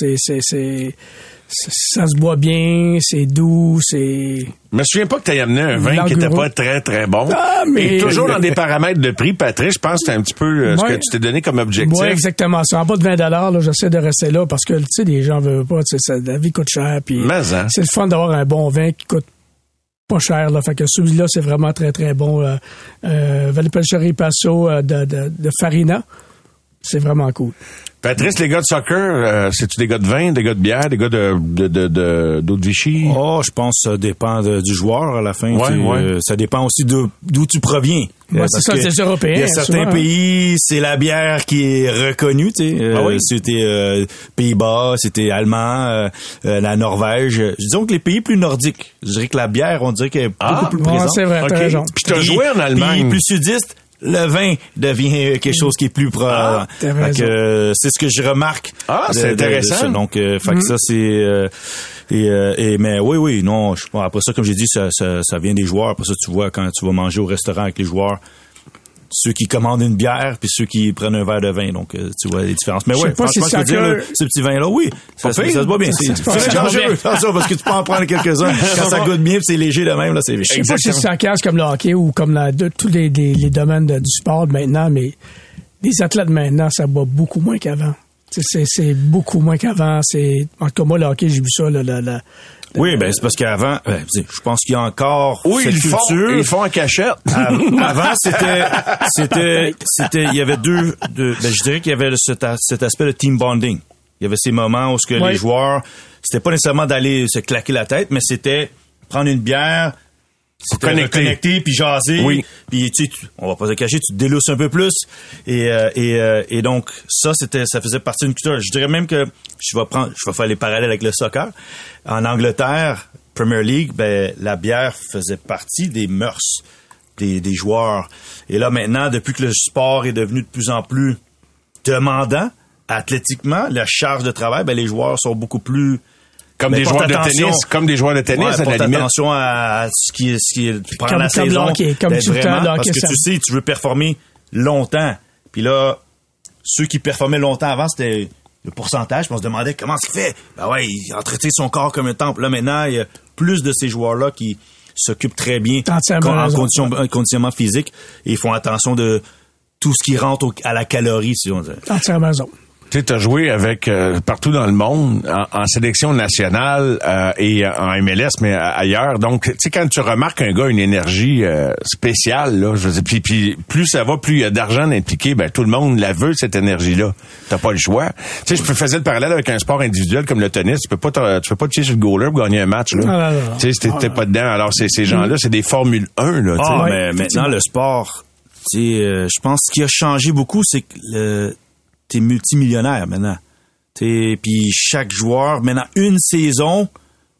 ça se boit bien, c'est doux, c'est... Je me souviens pas que tu aies amené un vin qui était pas très, très bon. Mais et toujours dans des paramètres de prix, Patrice, je pense que c'est un petit peu ce que tu t'es donné comme objectif. Oui, exactement. C'est en bas de 20 $, là, j'essaie de rester là parce que, tu sais, les gens veulent pas, tu sais, la vie coûte cher. Puis c'est le fun d'avoir un bon vin qui coûte pas cher, là. Fait que celui-là, c'est vraiment très, très bon. Valpolicella Ripasso de Farina. C'est vraiment cool. Patrice, les gars de soccer, c'est-tu des gars de vin, des gars de bière, des gars d'eau de Vichy? Oh, je pense que ça dépend du joueur à la fin. Ouais. Ça dépend aussi d'où tu proviens. Ouais, c'est ça, c'est européen. Il y a certains pays, c'est la bière qui est reconnue, tu sais. C'était Pays-Bas, c'était allemand, la Norvège. Disons que les pays plus nordiques, je dirais que la bière, on dirait qu'elle est beaucoup plus présente. C'est vrai, t'as raison. Puis t'as joué en Allemagne. Puis plus sudiste, le vin devient quelque chose qui est plus propre. C'est ce que je remarque. C'est intéressant. Donc, fait que ça, c'est... mais oui, non, après ça, comme j'ai dit, ça vient des joueurs. Après ça, tu vois, quand tu vas manger au restaurant avec les joueurs, ceux qui commandent une bière puis ceux qui prennent un verre de vin. Donc, tu vois les différences. Mais ouais, franchement, je peux dire, ce petit vin-là, oui, ça se boit bien. C'est dangereux, attention, parce que tu peux en prendre quelques-uns. Quand ça goûte bien, c'est léger de même, là, c'est... Je sais pas si ça casse comme le hockey ou comme tous les domaines du sport maintenant, mais les athlètes maintenant, ça boit beaucoup moins qu'avant. C'est beaucoup moins qu'avant. En tout cas, moi, le hockey, j'ai vu ça, oui, c'est parce qu'avant, je pense qu'il y a encore cette culture. Ils font en cachette. Avant, c'était, il y avait je dirais qu'il y avait cet aspect de team bonding. Il y avait ces moments où les joueurs, c'était pas nécessairement d'aller se claquer la tête, mais c'était prendre une bière, c'était connecter puis jaser. Oui. Puis on va pas se cacher, tu te délousses un peu plus. Et donc ça faisait partie d'une culture. Je dirais même que je vais faire les parallèles avec le soccer. En Angleterre, Premier League, la bière faisait partie des mœurs des joueurs. Et là maintenant, depuis que le sport est devenu de plus en plus demandant athlétiquement, la charge de travail, les joueurs sont beaucoup plus comme des joueurs de tennis, à la limite. Attention à ce qui est pendant la saison. Comme tout le temps, parce que tu sais, tu veux performer longtemps. Puis là, ceux qui performaient longtemps avant, c'était le pourcentage. Puis on se demandait comment ça fait. Il entretient son corps comme un temple. Là, maintenant, il y a plus de ces joueurs-là qui s'occupent très bien en conditionnement physique et ils font attention de tout ce qui rentre à la calorie, si on dit. Entièrement raison. Tu sais, t'as joué avec partout dans le monde, en sélection nationale et en MLS, mais ailleurs. Donc, tu sais, quand tu remarques un gars a une énergie spéciale, là, je veux dire, puis plus ça va, plus il y a d'argent impliqué, tout le monde la veut, cette énergie-là. T'as pas le choix. Tu sais, je faisais le parallèle avec un sport individuel comme le tennis. Tu peux pas te chier sur le goaler pour gagner un match, là. Tu sais, t'es pas dedans. Alors, ces gens-là, c'est des Formule 1, là. Mais maintenant, le sport, tu sais, je pense ce qui a changé beaucoup, c'est que t'es multimillionnaire maintenant. Puis chaque joueur, maintenant, une saison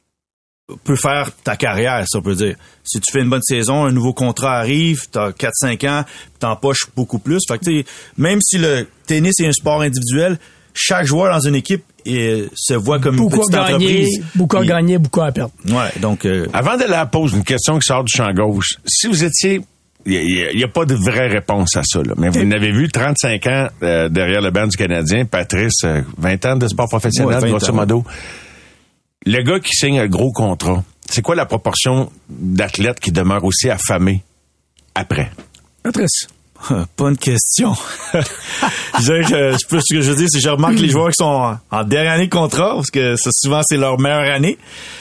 peut faire ta carrière, si on peut dire. Si tu fais une bonne saison, un nouveau contrat arrive, t'as 4-5 ans, t'empoches beaucoup plus. Fait que même si le tennis est un sport individuel, chaque joueur dans une équipe se voit comme une petite entreprise. Beaucoup à gagner, beaucoup à perdre. Ouais, donc... Avant de la pause, une question qui sort du champ gauche. Si vous étiez... Il n'y a pas de vraie réponse à ça, là. Mais vous n'avez vu 35 ans derrière le banc du Canadien, Patrice, 20 ans de sport professionnel, grosso modo. Le gars qui signe un gros contrat, c'est quoi la proportion d'athlètes qui demeurent aussi affamés après? Patrice. Pas une question. Ce que je veux dire, c'est que je remarque les joueurs qui sont en dernière année de contrat, parce que souvent c'est leur meilleure année.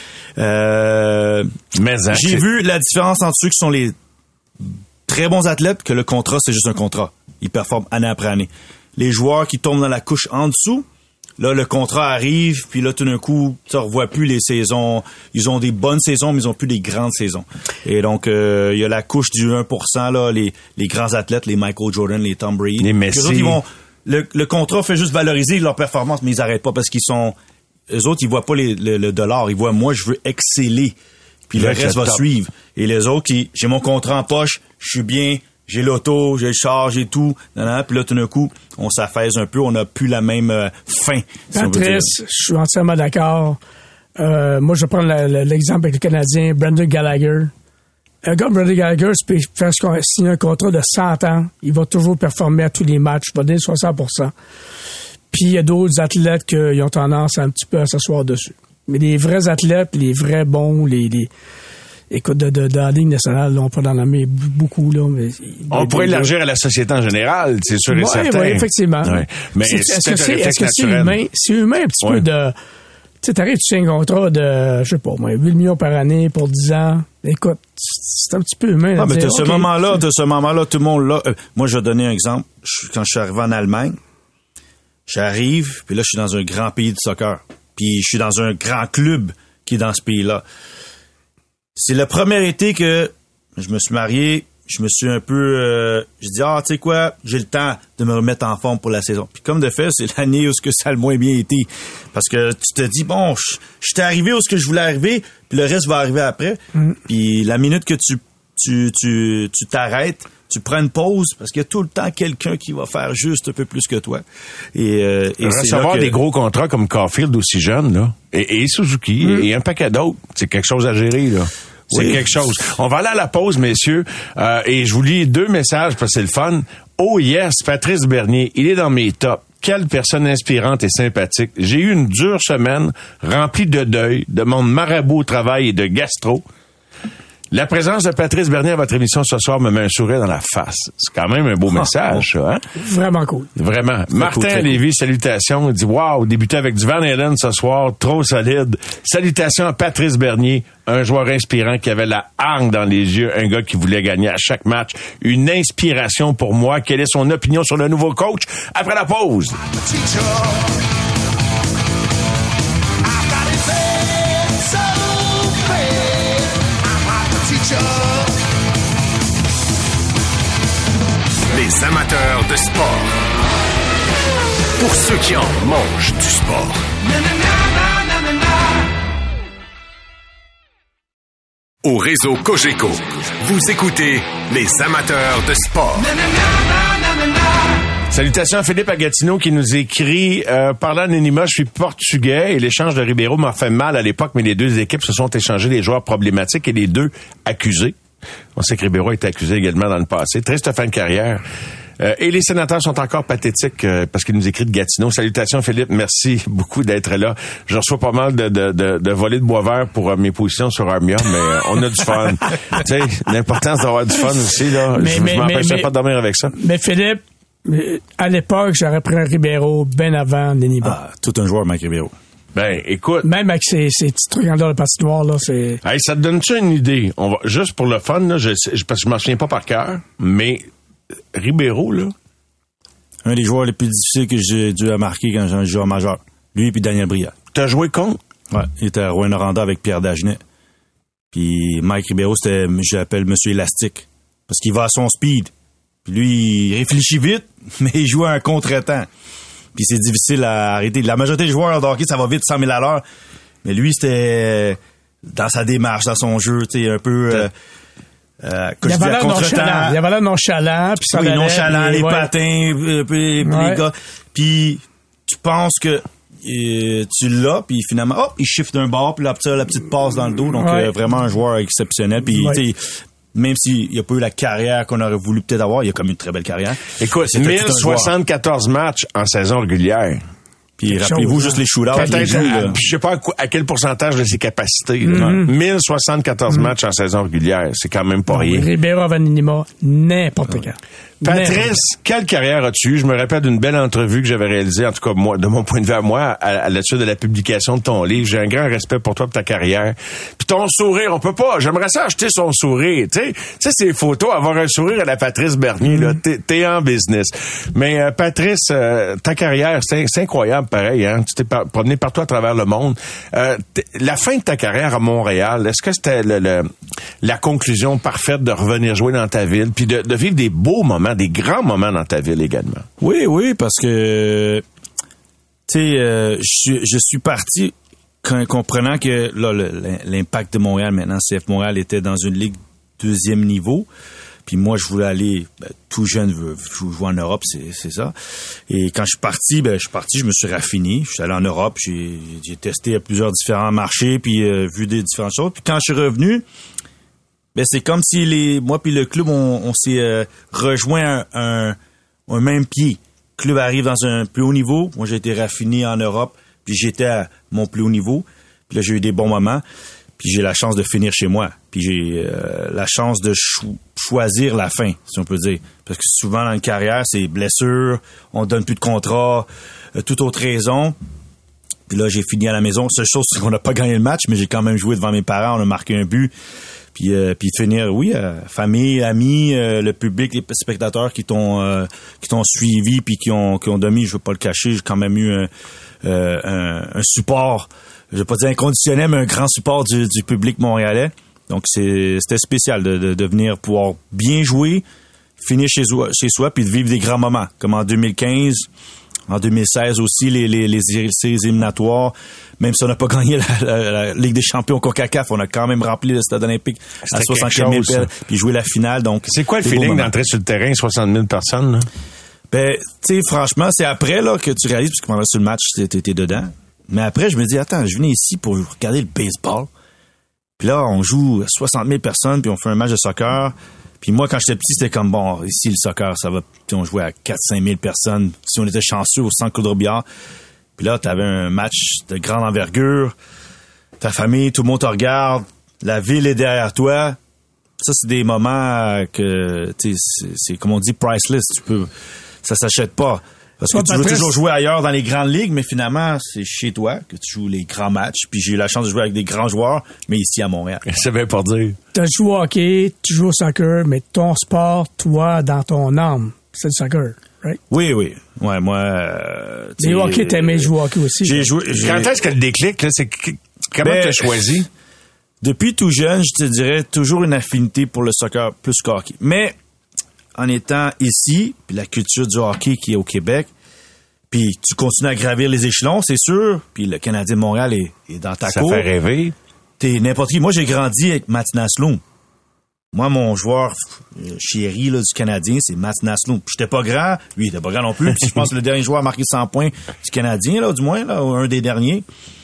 J'ai vu la différence entre ceux qui sont les très bons athlètes, que le contrat, c'est juste un contrat. Ils performent année après année. Les joueurs qui tombent dans la couche en dessous, là, le contrat arrive, puis là, tout d'un coup, tu ne revois plus les saisons. Ils ont des bonnes saisons, mais ils ont plus des grandes saisons. Et donc, il y a la couche du 1%, là, les grands athlètes, les Michael Jordan, les Tom Brady. Les Messi. Eux autres, le contrat fait juste valoriser leur performance, mais ils n'arrêtent pas parce eux autres, ils voient pas le dollar. Ils voient, moi, je veux exceller. Puis le reste va suivre. Et les autres, j'ai mon contrat en poche, je suis bien, j'ai l'auto, j'ai le char, j'ai tout. Puis là, tout d'un coup, on s'affaisse un peu, on n'a plus la même fin. Patrice, je suis entièrement d'accord. Moi, je prends l'exemple avec le Canadien, Brendan Gallagher. Un gars, Brendan Gallagher, peut faire signer un contrat de 100 ans. Il va toujours performer à tous les matchs. Il va donner 60%. Puis, il y a d'autres athlètes qui ont tendance un petit peu à s'asseoir dessus. Mais les vrais athlètes, les vrais bons, écoute, dans la Ligue nationale, là, on peut en nommer beaucoup, là. Mais, on pourrait élargir à la société en général, c'est sûr et certain. Oui, effectivement. Ouais. Mais est-ce que c'est humain? C'est humain un petit peu de... Tu sais, t'arrives, tu signes un contrat de, je sais pas, 8 millions par année pour 10 ans. Écoute, c'est un petit peu humain. Mais t'as ce moment-là, tout le monde là. Moi, je vais donner un exemple. Quand je suis arrivé en Allemagne, j'arrive, puis là, je suis dans un grand pays de soccer. Puis je suis dans un grand club qui est dans ce pays-là. C'est le premier été que je me suis marié, je me suis un peu... je dis, tu sais quoi, j'ai le temps de me remettre en forme pour la saison. Puis comme de fait, c'est l'année où ça a le moins bien été. Parce que tu te dis, bon, je suis arrivé où ce que je voulais arriver, puis le reste va arriver après. Puis la minute que tu tu t'arrêtes, tu prends une pause parce qu'il y a tout le temps quelqu'un qui va faire juste un peu plus que toi. Et recevoir des gros contrats comme Caulfield aussi jeune, là, et Suzuki, et un paquet d'autres, c'est quelque chose à gérer, là. C'est quelque chose. On va aller à la pause, messieurs, et je vous lis 2 messages parce que c'est le fun. Oh yes, Patrice Bernier, il est dans mes tops. Quelle personne inspirante et sympathique. J'ai eu une dure semaine remplie de deuil, de monde marabout au travail et de gastro. La présence de Patrice Bernier à votre émission ce soir me met un sourire dans la face. C'est quand même un beau message, ça, hein? Vraiment cool. Vraiment. Martin Lévy, salutations. Il dit, wow, débuter avec du Van Halen ce soir, trop solide. Salutations à Patrice Bernier, un joueur inspirant qui avait la hargne dans les yeux, un gars qui voulait gagner à chaque match. Une inspiration pour moi. Quelle est son opinion sur le nouveau coach? Après la pause. Les amateurs de sport. Pour ceux qui en mangent du sport. Au réseau Cogeco, vous écoutez les amateurs de sport. Salutations à Philippe Agatino qui nous écrit parlant d'anonymat, je suis portugais et l'échange de Ribeiro m'a fait mal à l'époque, mais les 2 équipes se sont échangées des joueurs problématiques et les 2 accusés. On sait que Ribeiro a été accusé également dans le passé. Triste fin de carrière. Et les sénateurs sont encore pathétiques parce qu'ils nous écrivent de Gatineau. Salutations Philippe, merci beaucoup d'être là. Je reçois pas mal de volets de bois vert pour mes positions sur Armia, mais on a du fun. Tu sais, l'importance d'avoir du fun aussi, là. Je m'empêcherai pas de dormir avec ça. Mais Philippe, à l'époque, j'aurais pris un Ribeiro bien avant Neniba. Tout un joueur, Mike Ribeiro. Ben, écoute. Même avec ces petits trucs en dehors de patinoire, là, c'est... Hey, ça te donne-tu une idée? On va, juste pour le fun, là, parce que je m'en souviens pas par cœur, mais Ribeiro, là. Un des joueurs les plus difficiles que j'ai dû marquer quand j'ai joué en majeur. Lui et puis Daniel Briat. T'as joué contre? Ouais, il était à Rouyn-Noranda avec Pierre Dagenet. Puis Mike Ribeiro, c'était, je l'appelle Monsieur Élastique. Parce qu'il va à son speed. Puis lui, il réfléchit vite, mais il joue à un contre-temps. Puis c'est difficile à arrêter. La majorité des joueurs de hockey, ça va vite, 100 000 à l'heure. Mais lui, c'était dans sa démarche, dans son jeu, tu sais, un peu... il y avait l'air nonchalant. Il y avait l'air nonchalant. Puis ça nonchalant, les patins, puis les gars. Puis tu penses que tu l'as, puis finalement, hop, il shift d'un bord, puis la petite passe dans le dos. Donc, vraiment un joueur exceptionnel. Puis, tu sais, même s'il n'y a pas eu la carrière qu'on aurait voulu peut-être avoir, il a comme une très belle carrière. Écoute, 1074 matchs en saison régulière. Puis rappelez-vous juste les shootouts. Je sais pas à quel pourcentage de ses capacités. 1074 matchs en saison régulière, c'est quand même pas rien. Ribeiro avant Neniba, n'importe quand. Patrice, quelle carrière as-tu eu? Je me rappelle d'une belle entrevue que j'avais réalisée, en tout cas moi, de mon point de vue à moi, à la suite de la publication de ton livre. J'ai un grand respect pour toi, pour ta carrière. Puis ton sourire, on peut pas. J'aimerais ça acheter son sourire. Tu sais ces photos, avoir un sourire à la Patrice Bernier, là, t'es en business. Mais Patrice, ta carrière, c'est incroyable, pareil. Hein? Tu t'es promené partout à travers le monde. La fin de ta carrière à Montréal, est-ce que c'était la conclusion parfaite de revenir jouer dans ta ville, puis de vivre des beaux moments, des grands moments dans ta ville également? Oui, parce que tu sais, je suis parti comprenant que là, l'Impact de Montréal, maintenant CF Montréal, était dans une ligue 2e niveau. Puis moi, je voulais aller tout jeune, jouer en Europe, c'est ça. Et quand je suis parti, je me suis raffiné. Je suis allé en Europe, j'ai testé à plusieurs différents marchés, puis vu des différentes choses. Puis quand je suis revenu, c'est comme si moi puis le club, on s'est rejoint un même pied. Le club arrive dans un plus haut niveau. Moi, j'ai été raffiné en Europe, puis j'étais à mon plus haut niveau. Puis là, j'ai eu des bons moments. Puis j'ai la chance de finir chez moi. Puis j'ai la chance de choisir la fin, si on peut dire. Parce que souvent, dans une carrière, c'est blessure, on donne plus de contrat, toute autre raison. Puis là, j'ai fini à la maison. Seule chose, c'est qu'on n'a pas gagné le match, mais j'ai quand même joué devant mes parents. On a marqué un but. Puis finir, famille, amis, le public, les spectateurs qui t'ont suivi puis qui ont dominé, je veux pas le cacher, j'ai quand même eu un support, je vais pas dire inconditionnel, mais un grand support du public montréalais. Donc c'était spécial de venir pouvoir bien jouer, finir chez soi puis de vivre des grands moments. Comme en 2015, En 2016 aussi, les séries éliminatoires. Même si on n'a pas gagné la Ligue des champions CONCACAF, on a quand même rempli le stade olympique à 60 000 personnes, puis joué la finale. Donc, c'est quoi le feeling d'entrer sur le terrain, 60 000 personnes, là? Ben, tu sais, franchement, c'est après là que tu réalises, parce que pendant sur le match, t'étais dedans. Mais après, je me dis, attends, je venais ici pour regarder le baseball. Puis là, on joue 60 000 personnes, puis on fait un match de soccer. Puis moi, quand j'étais petit, c'était comme, bon, ici, le soccer, ça va... On jouait à 4-5 000 personnes. Si on était chanceux au centre Claude-Robillard. Puis là, t'avais un match de grande envergure. Ta famille, tout le monde te regarde. La ville est derrière toi. Ça, c'est des moments que, tu sais, c'est comme on dit, priceless. Ça s'achète pas. Parce que tu veux toujours jouer ailleurs dans les grandes ligues, mais finalement, c'est chez toi que tu joues les grands matchs. Puis j'ai eu la chance de jouer avec des grands joueurs, mais ici à Montréal. Ça veut pas dire. Tu as joué au hockey, tu joues au soccer, mais ton sport, toi, dans ton âme, c'est le soccer, right? Oui. Ouais, moi... Les hockey, t'aimais jouer au hockey aussi. Quand est-ce que le déclic, là, c'est comment tu as choisi? Depuis tout jeune, je te dirais toujours une affinité pour le soccer plus qu'au hockey. Mais en étant ici, puis la culture du hockey qui est au Québec, puis tu continues à gravir les échelons, c'est sûr, puis le Canadien de Montréal est dans ta cour. Ça fait rêver. T'es n'importe qui. Moi, j'ai grandi avec Matt Naslund. Moi, mon joueur chéri là, du Canadien, c'est Matt Naslund. Puis j'étais pas grand, lui, il était pas grand non plus. Puis je pense que le dernier joueur à marquer 100 points du Canadien, là, du moins, là, un des derniers,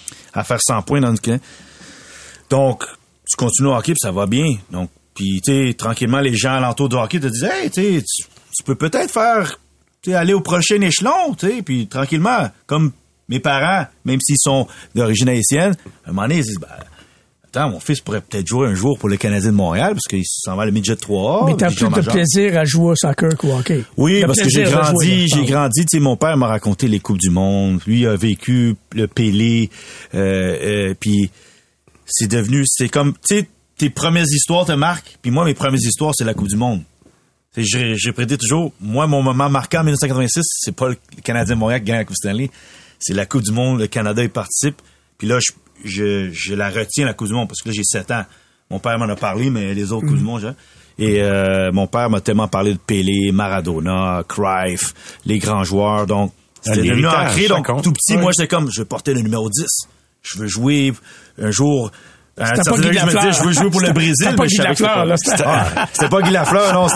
à faire 100 points dans le Canadien. Donc, tu continues au hockey, puis ça va bien. Donc, puis, tu sais, tranquillement, les gens alentour du hockey te disent, hey, tu sais, tu peux peut-être faire, tu sais, aller au prochain échelon, tu sais, puis tranquillement, comme mes parents, même s'ils sont d'origine haïtienne, à un moment donné, ils disent, attends, mon fils pourrait peut-être jouer un jour pour le Canadien de Montréal, parce qu'il s'en va à le midget 3A. Mais t'as plus de plaisir à jouer au soccer qu'au hockey. Oui, parce que j'ai grandi, tu sais, mon père m'a raconté les Coupes du Monde, lui il a vécu le Pelé, puis c'est comme, tu sais, tes premières histoires te marquent, puis moi, mes premières histoires, c'est la Coupe du Monde. J'ai prédit toujours, moi, mon moment marquant en 1986, c'est pas le Canadien de Montréal qui gagne la Coupe Stanley, c'est la Coupe du Monde, le Canada y participe, puis là, je la retiens, la Coupe du Monde, parce que là, j'ai 7 ans. Mon père m'en a parlé, mais les autres Coupes du Monde, mon père m'a tellement parlé de Pelé, Maradona, Cruyff, les grands joueurs, donc c'était devenu ancré, donc tout petit, moi, j'étais comme, je portais le numéro 10. Je veux jouer un jour... C'était pas Guy Lafleur. Je veux jouer pour le Brésil. C'était pas Guy Lafleur, là. C'était pas Guy Lafleur, non,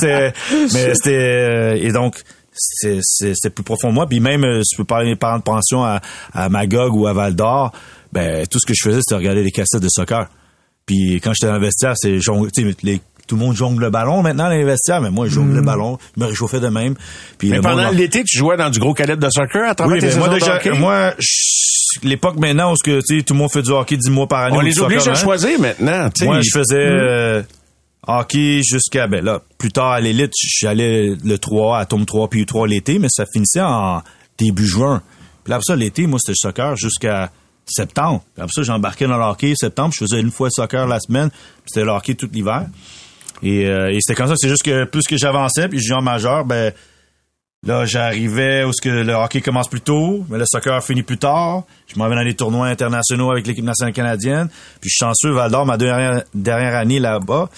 et donc, c'était plus profond de moi. Puis même, je peux parler de mes parents de pension à Magog ou à Val-d'Or, ben, tout ce que je faisais, c'était regarder les cassettes de soccer. Puis quand j'étais dans le vestiaire, c'est tout le monde jongle le ballon maintenant dans les vestiaires, mais moi, je jongle le ballon, je me réchauffais de même. Puis mais pendant l'été, tu jouais dans du gros calibre de soccer à travers tes saisons de hockey? Moi, l'époque maintenant où tout le monde fait du hockey 10 mois par année. On les oblige à choisir maintenant. T'sais. Moi, je faisais hockey jusqu'à... Ben là, plus tard à l'élite, j'allais le 3 à Tome 3 puis U3 l'été, mais ça finissait en début juin. Puis là, après ça, l'été, moi, c'était le soccer jusqu'à septembre. Puis après ça, j'embarquais dans le hockey septembre. Je faisais une fois le soccer la semaine. Puis c'était le hockey tout l'hiver. Et c'était comme ça. C'est juste que plus que j'avançais, puis je jouais en majeur, ben... Là, j'arrivais où le hockey commence plus tôt, mais le soccer finit plus tard. Je m'en vais dans des tournois internationaux avec l'équipe nationale canadienne. Puis je suis chanceux, Val-d'Or, ma dernière année là-bas,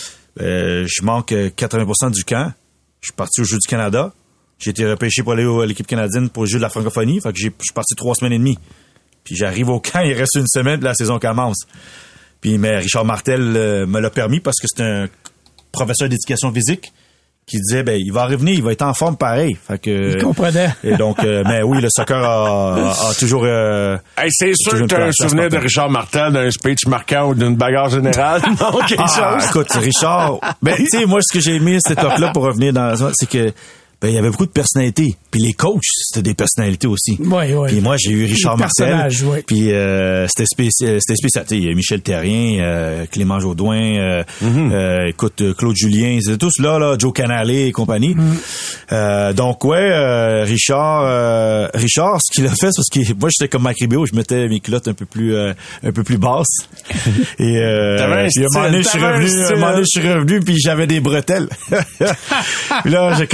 je manque 80% du camp. Je suis parti au Jeux du Canada. J'ai été repêché pour aller à l'équipe canadienne pour le Jeu de la francophonie. Fait que je suis parti 3 semaines et demie. Puis j'arrive au camp, il reste une semaine, puis la saison commence. Puis mais Richard Martel me l'a permis parce que c'est un professeur d'éducation physique qui disait, ben, il va revenir, il va être en forme pareil. Fait que. Il comprenait. Et donc, mais oui, le soccer a toujours, c'est sûr que t'as un souvenir de Richard Martel d'un speech marquant ou d'une bagarre générale. Non, quelque chose. Écoute, Richard, ben, tu sais, moi, ce que j'ai aimé cette époque-là pour revenir dans, c'est que, ben, il y avait beaucoup de personnalités. Puis les coachs, c'était des personnalités aussi. Oui. Puis moi, j'ai eu Richard Martel. Oui. Puis c'était spécial. Il y a Michel Terrien, Clément Jaudoin, écoute, Claude Julien, c'était tous là, Joe Canale et compagnie. Donc ouais, Richard, ce qu'il a fait, c'est parce que moi j'étais comme Macribio, je mettais mes culottes un peu plus basses. Et à un moment donné, je suis revenu, puis j'avais des bretelles. Puis là, j'ai comme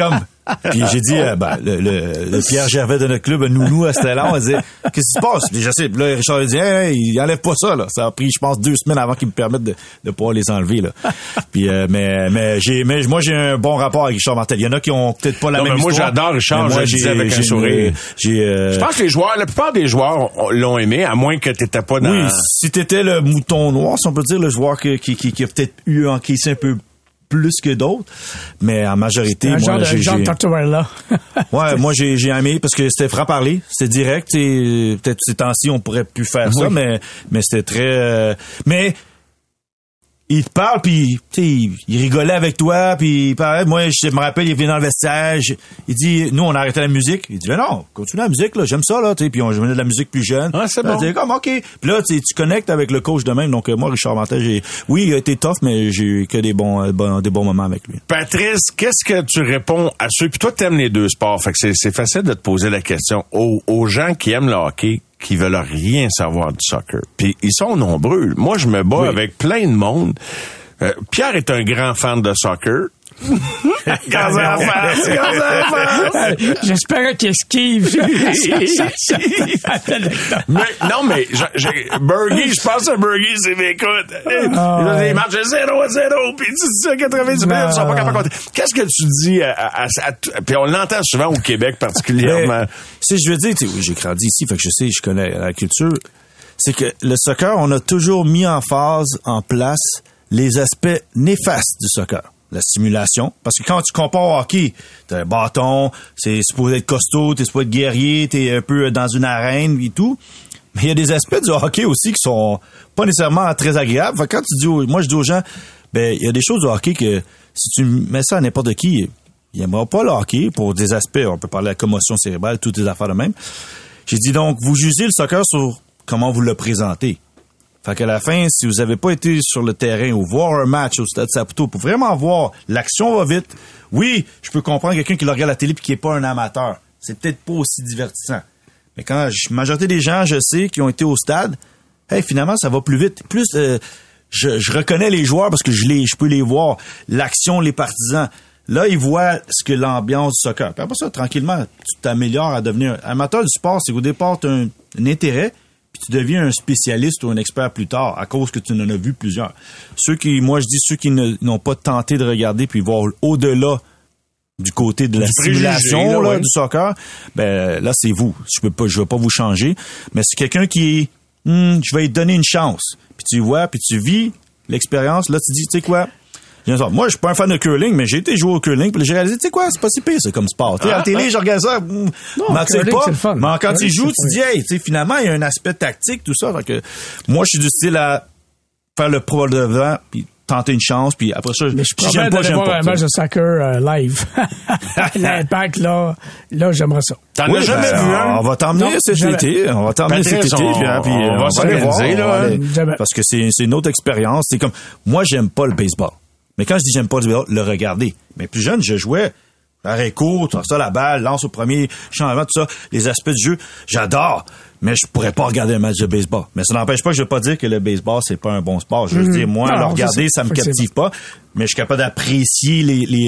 Puis j'ai dit, le Pierre Gervais de notre club, Nounou, à c'était là, on disait, qu'est-ce qui se passe? Puis je sais, puis là, Richard a dit, hey, il enlève pas ça, là. Ça a pris, je pense, 2 semaines avant qu'ils me permettent de pouvoir les enlever, là. Puis, mais moi, j'ai un bon rapport avec Richard Martel. Il y en a qui ont peut-être pas la même moi, histoire. j'adore Richard, moi, je le disais avec un sourire. Je pense que la plupart des joueurs l'ont aimé, à moins que t'étais pas dans... Oui, si t'étais le mouton noir, si on peut dire, le joueur qui a peut-être eu encaissé un peu plus que d'autres, mais en majorité, moi, Jean Tortorella. Ouais, moi, j'ai aimé parce que c'était franc-parler, c'était direct, peut-être ces temps-ci, on pourrait plus faire ça, mais c'était très, mais il te parle, puis il rigolait avec toi, puis moi, je me rappelle, il vient dans le vestiaire, il dit, nous, on a arrêté la musique. Il dit, non, continue la musique, là, j'aime ça, là, puis on jouait de la musique plus jeune. Ah, c'est bon. Comme, OK. Puis là, tu connectes avec le coach de même. Donc, moi, Richard Martel, oui, il a été tough, mais j'ai eu que des bons moments avec lui. Patrice, qu'est-ce que tu réponds à ceux, puis toi, t'aimes les deux sports, fait que c'est facile de te poser la question aux gens qui aiment le hockey, qui veulent rien savoir du soccer. Puis ils sont nombreux. Moi, je me bats avec plein de monde. Pierre est un grand fan de soccer. J'espérais qu'il esquive. mais Bergie, je pense à Bergie, c'est écoute. Il marche 0-0, puis 90 minutes, ils sont pas capables de compter. Qu'est-ce que tu dis puis on l'entend souvent au Québec particulièrement. Si je veux dire, oui, j'ai grandi ici, fait que je connais la culture. C'est que le soccer, on a toujours mis en place les aspects néfastes du soccer. La simulation. Parce que quand tu compares au hockey, t'as un bâton, c'est supposé être costaud, t'es supposé être guerrier, t'es un peu dans une arène et tout. Mais il y a des aspects du hockey aussi qui sont pas nécessairement très agréables. Fait que quand moi je dis aux gens, il y a des choses du hockey que si tu mets ça à n'importe qui, il n'aimera pas le hockey pour des aspects. On peut parler de la commotion cérébrale, toutes les affaires de même. J'ai dit donc, vous jugez le soccer sur comment vous le présentez. Fait qu'à la fin, si vous avez pas été sur le terrain ou voir un match au Stade Saputo pour vraiment voir l'action va vite, oui, je peux comprendre quelqu'un qui le regarde à la télé puis qui est pas un amateur. C'est peut-être pas aussi divertissant. Mais quand la majorité des gens, je sais, qui ont été au stade, finalement, ça va plus vite. Plus, je reconnais les joueurs parce que je peux les voir. L'action, les partisans. Là, ils voient ce que l'ambiance du soccer. Puis après ça, tranquillement, tu t'améliores à devenir un amateur du sport. C'est qu'au départ, tu as un intérêt. Puis tu deviens un spécialiste ou un expert plus tard à cause que tu en as vu plusieurs. Ceux qui n'ont pas tenté de regarder puis voir au-delà du côté de la simulation du soccer, là c'est vous. Je vais pas vous changer, mais c'est quelqu'un qui est je vais lui donner une chance. Puis tu vois, puis tu vis l'expérience, là tu dis tu sais quoi? Moi, je suis pas un fan de curling, mais j'ai été jouer au curling, puis j'ai réalisé, tu sais quoi, c'est pas si pire, c'est comme sport. À la télé, je regarde ça, m'attire pas. C'est le fun. Mais quand tu joues, tu dis, finalement, il y a un aspect tactique, tout ça. Donc, moi, je suis du style à faire le pro devant, puis tenter une chance, puis après ça, mais je suis j'aime pas, j'aime pas. Un match de soccer live. L'impact, là, j'aimerais ça. T'en as jamais vu un? On va t'emmener cet été. On va t'emmener cet été, puis on va s'organiser, là. Parce que c'est une autre expérience. C'est comme, moi, j'aime pas le baseball. Mais quand je dis j'aime pas le regarder, mais plus jeune, je jouais arrêt court, ça la balle, lance au premier, changement, tout ça, les aspects du jeu, j'adore. Mais je pourrais pas regarder un match de baseball. Mais ça n'empêche pas que je veux pas dire que le baseball c'est pas un bon sport. Je veux dire, moi, le regarder, ça me captive pas. Mais je suis capable d'apprécier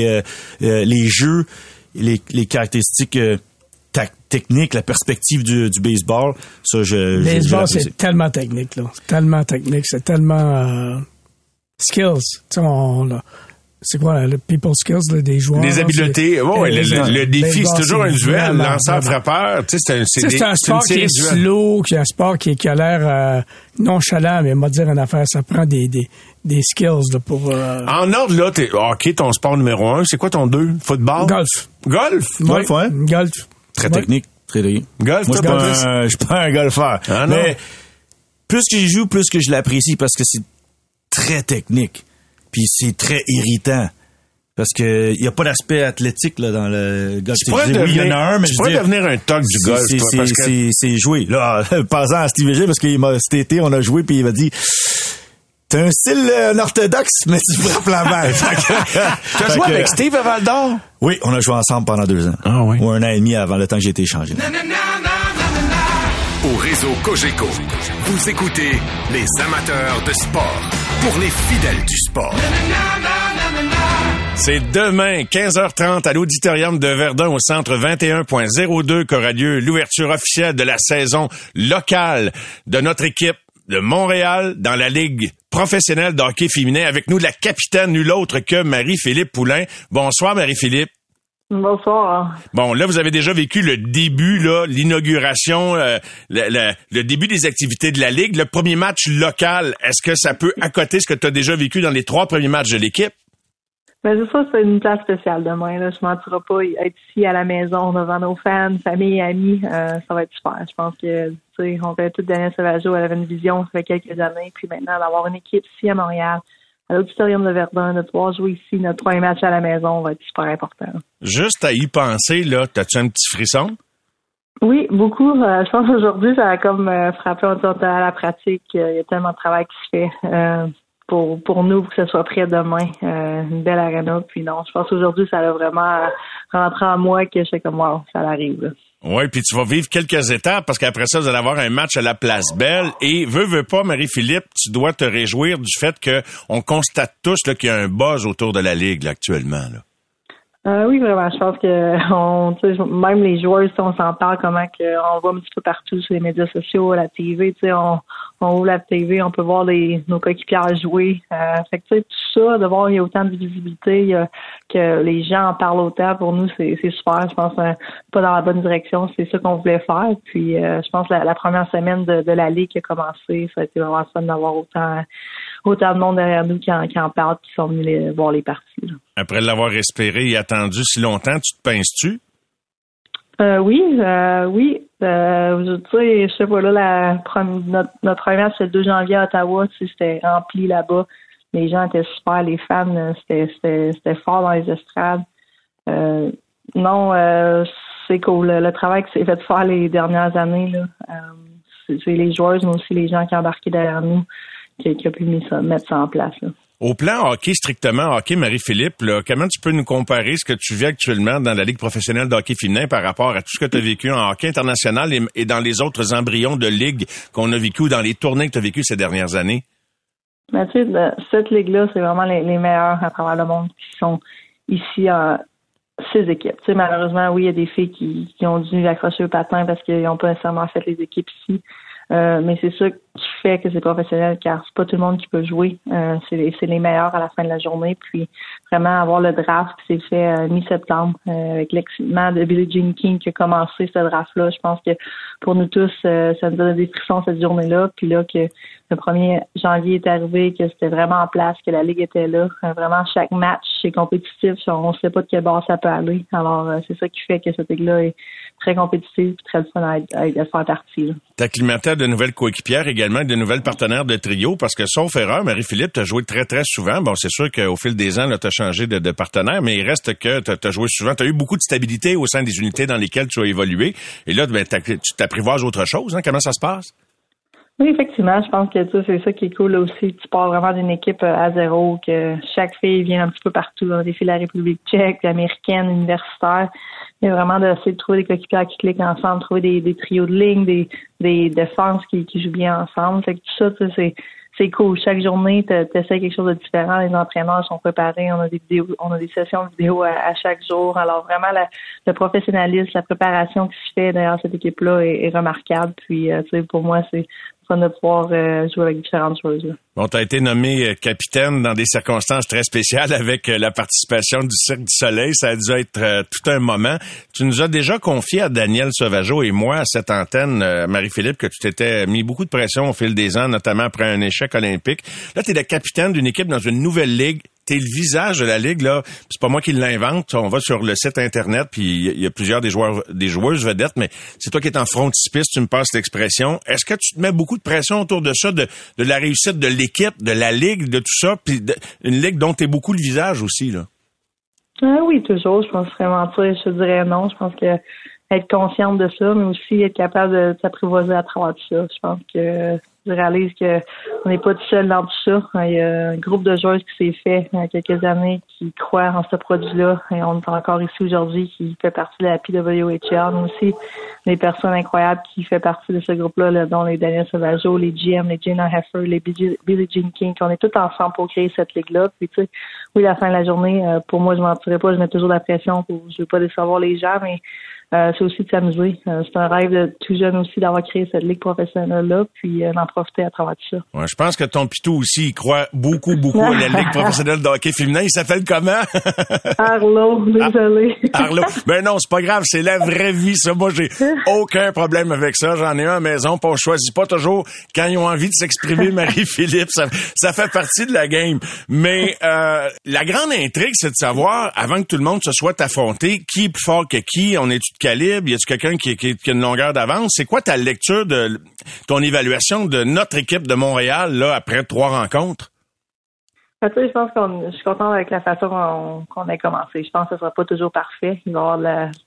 les jeux, les caractéristiques techniques, la perspective du baseball. Ça, le baseball, c'est tellement technique, là. Tellement technique, c'est tellement skills. Tu sais, c'est quoi, le people skills là, des joueurs? Des habiletés. Le défi, c'est toujours un duel. Lanceur-frappeur, tu sais, c'est un sport qui est slow, qui est un sport qui a l'air nonchalant, mais on va dire une affaire, ça prend des skills là, pour... En ordre, là, hockey, ton sport numéro 1, c'est quoi ton 2? Football? Golf. Golf? Golf, ouais. Golf. Très technique. Très technique. Golf, moi, je suis pas un golfeur. Ah, non. Mais plus que j'y joue, plus que je l'apprécie parce que c'est très technique. Puis c'est très irritant. Parce que il y a pas d'aspect athlétique là dans le golf. Oui, il y en a un, mais tu pourrais devenir un toc du golf. C'est joué. Là, passant à Steve G, parce que cet été, on a joué, puis il m'a dit... T'as un style orthodoxe, mais tu frappes la balle. Tu as joué avec Steve à Val-d'Or? Oui, on a joué ensemble pendant 2 ans. Ah oui. Ou 1 an et demi avant le temps que j'ai été échangé. Au réseau Cogeco, vous écoutez les amateurs de sport. Pour les fidèles du sport. C'est demain, 15h30, à l'Auditorium de Verdun, au centre 21.02, qu'aura lieu l'ouverture officielle de la saison locale de notre équipe de Montréal dans la Ligue professionnelle de hockey féminin. Avec nous, la capitaine, nulle autre que Marie-Philippe Poulin. Bonsoir, Marie-Philippe. Bonsoir. Bon, là, vous avez déjà vécu le début, là, l'inauguration, le début des activités de la Ligue. Le premier match local, est-ce que ça peut accoter ce que tu as déjà vécu dans les 3 premiers matchs de l'équipe? Ben, c'est ça, c'est une place spéciale demain. Là. Je ne mentirai pas, être ici à la maison devant nos fans, famille et amis, ça va être super. Je pense que, tu sais, on fait tout Daniel Sauvageau, elle avait une vision, ça fait quelques années. Puis maintenant, d'avoir une équipe ici à Montréal, à l'Auditorium de Verdun, de pouvoir jouer ici notre premier match à la maison va être super important. Juste à y penser, là, t'as-tu un petit frisson? Oui, beaucoup. Je pense qu'aujourd'hui, ça a comme frappé à la pratique. Il y a tellement de travail qui se fait. Pour nous, pour que ce soit prêt demain, une belle arena. Puis non, je pense qu'aujourd'hui, ça a vraiment rentré en moi que je sais comme, wow, ça arrive. Oui, puis tu vas vivre quelques étapes parce qu'après ça, vous allez avoir un match à la Place Belle. Et veux pas, Marie-Philippe, tu dois te réjouir du fait qu'on constate tous là, qu'il y a un buzz autour de la Ligue là, actuellement. Là. Oui, vraiment. Je pense que même les joueurs, on s'en parle comment on voit un petit peu partout sur les médias sociaux, la TV, on ouvre la TV, on peut voir nos coéquipières jouer. Fait que tout ça, de voir qu'il y a autant de visibilité, que les gens en parlent autant, pour nous, c'est super. Je pense pas dans la bonne direction, c'est ça qu'on voulait faire. Puis je pense que la première semaine de la Ligue qui a commencé, ça a été vraiment fun d'avoir autant de monde derrière nous qui en parle, qui sont venus voir les parties. Là. Après l'avoir espéré et attendu si longtemps, tu te pinces-tu? Oui. Tu sais, je sais pas, là, notre premier match, c'est le 2 janvier à Ottawa, c'était rempli là-bas. Les gens étaient super, les fans, c'était fort dans les estrades. C'est cool. Le travail que c'est fait faire les dernières années, là, c'est les joueurs, mais aussi les gens qui ont embarqué derrière nous, qui a pu mettre ça en place. Là. Au plan hockey, strictement hockey, Marie-Philippe, là, comment tu peux nous comparer ce que tu vis actuellement dans la Ligue professionnelle de hockey féminin par rapport à tout ce que tu as vécu en hockey international et dans les autres embryons de ligue qu'on a vécu ou dans les tournées que tu as vécues ces dernières années? Ben, tu sais, cette ligue-là, c'est vraiment les meilleurs à travers le monde qui sont ici en 6 équipes. Tu sais, malheureusement, oui, il y a des filles qui ont dû accrocher le patin parce qu'ils n'ont pas nécessairement fait les équipes ici. Mais c'est ça qui fait que c'est professionnel, car c'est pas tout le monde qui peut jouer. C'est les meilleurs à la fin de la journée. Puis vraiment avoir le draft qui s'est fait mi-septembre avec l'excitement de Billie Jean King qui a commencé ce draft-là. Je pense que pour nous tous, ça nous donne des frissons cette journée-là. Puis là, que le 1er janvier est arrivé, que c'était vraiment en place, que la Ligue était là. Vraiment, chaque match, c'est compétitif. On ne sait pas de quel bord ça peut aller. Alors, c'est ça qui fait que cette Ligue-là est très compétitive et très fun à faire partie. T'acclimatais à de nouvelles coéquipières également, de nouvelles partenaires de trio, parce que sauf erreur, Marie-Philippe, t'as joué très, très souvent. Bon, c'est sûr qu'au fil des ans, là, t'as changé de partenaire, mais il reste que t'as joué souvent. T'as eu beaucoup de stabilité au sein des unités dans lesquelles tu as évolué. Et là, ben, tu t'apprivoises autre chose, hein? Comment ça se passe? Oui, effectivement, je pense que c'est ça qui est cool là aussi. Tu pars vraiment d'une équipe à zéro, que chaque fille vient un petit peu partout, là, des filles de la République tchèque, américaine, universitaire. Il y a vraiment d'essayer de trouver des coéquipiers qui cliquent ensemble, trouver des trios de ligne, des défenses qui jouent bien ensemble. Fait que tout ça, c'est cool. Chaque journée, tu essaies quelque chose de différent. Les entraîneurs sont préparés. On a des vidéos, on a des sessions vidéo à chaque jour. Alors vraiment, le professionnalisme, la préparation qui se fait derrière cette équipe-là est remarquable. Puis, pour moi, c'est fun de pouvoir jouer avec différentes choses. Là. Bon, tu as été nommé capitaine dans des circonstances très spéciales avec la participation du Cirque du Soleil. Ça a dû être tout un moment. Tu nous as déjà confié à Daniel Sauvageau et moi à cette antenne, Marie-Philippe, que tu t'étais mis beaucoup de pression au fil des ans, notamment après un échec olympique. Là, tu es la capitaine d'une équipe dans une nouvelle ligue. T'es le visage de la Ligue, là. C'est pas moi qui l'invente. On va sur le site Internet, puis il y a plusieurs des joueuses vedettes, mais c'est toi qui es en frontispice, tu me passes l'expression. Est-ce que tu te mets beaucoup de pression autour de ça, de la réussite de l'équipe, de la Ligue, de tout ça, puis une Ligue dont t'es beaucoup le visage aussi, là? Oui, toujours. Je pense vraiment, je dirais non. Je pense que être consciente de ça, mais aussi être capable de s'apprivoiser à travers tout ça. Je pense que tu réalises que on n'est pas tout seul dans tout ça. Il y a un groupe de joueurs qui s'est fait il y a quelques années qui croient en ce produit-là. Et on est encore ici aujourd'hui qui fait partie de la PWHL. Nous aussi, des personnes incroyables qui fait partie de ce groupe-là, là, dont les Daniel Sauvageau, les GM, les Jenna Heffer, les Billie Jean King. On est tous ensemble pour créer cette ligue-là. Puis tu sais, oui, la fin de la journée, pour moi, je mentirais pas, je mets toujours de la pression je veux pas décevoir les gens, mais c'est aussi de s'amuser. C'est un rêve de tout jeune aussi d'avoir créé cette ligue professionnelle-là, puis d'en profiter à travers tout ça. Ouais, je pense que ton pitou aussi, il croit beaucoup à la ligue professionnelle de hockey féminin. Il s'appelle comment? Arlo, désolé. Arlo. Ben non, c'est pas grave, c'est la vraie vie, ça. Moi, j'ai aucun problème avec ça. J'en ai un à la maison, puis on choisit pas toujours quand ils ont envie de s'exprimer, Marie-Philippe. Ça fait partie de la game. Mais la grande intrigue, c'est de savoir, avant que tout le monde se soit affronté, qui est plus fort que qui, on est-tu de calibre, y a-tu quelqu'un qui a une longueur d'avance? C'est quoi ta lecture de ton évaluation de notre équipe de Montréal, là, après 3 rencontres? Tu sais, je pense je suis contente avec la façon qu'on a commencé. Je pense que ce sera pas toujours parfait. Il va y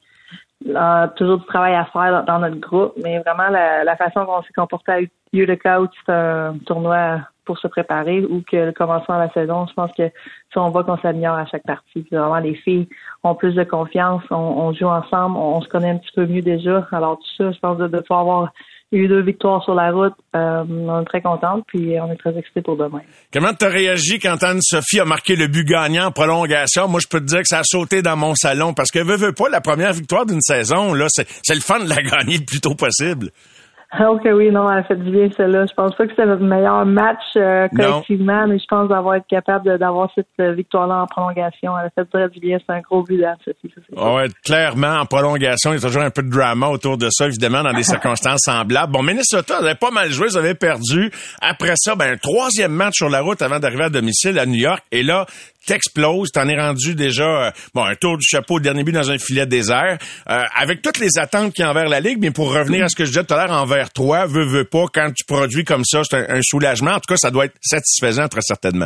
avoir toujours du travail à faire dans notre groupe, mais vraiment la façon qu'on s'est comporté à Utica, c'est un tournoi pour se préparer, ou que le commencement de la saison, je pense que ça, on voit qu'on s'améliore à chaque partie. Puis vraiment, les filles ont plus de confiance, on joue ensemble, on se connaît un petit peu mieux déjà. Alors tout ça, je pense de pouvoir avoir eu 2 victoires sur la route, on est très contente, puis on est très excités pour demain. Comment t'as réagi quand Anne-Sophie a marqué le but gagnant en prolongation? Moi, je peux te dire que ça a sauté dans mon salon, parce que veux pas, la première victoire d'une saison, là, c'est le fun de la gagner le plus tôt possible. Ok, oui, non, elle a fait du bien, celle-là. Je pense pas que c'était notre meilleur match collectivement, mais je pense d'avoir été capable d'avoir cette victoire-là en prolongation. Elle a fait très du bien. C'est un gros but d'Anne-Sophie. Ouais, clairement, en prolongation, il y a toujours un peu de drama autour de ça, évidemment, dans des circonstances semblables. Bon, Minnesota avait pas mal joué, ils avaient perdu. Après ça, un 3e match sur la route avant d'arriver à domicile à New York. Et là, t'exploses, t'en es rendu déjà un tour du chapeau, dernier but dans un filet désert, avec toutes les attentes qu'il y a envers la Ligue, mais pour revenir à ce que je disais tout à l'heure envers toi, veux pas, quand tu produis comme ça, c'est un soulagement. En tout cas, ça doit être satisfaisant très certainement.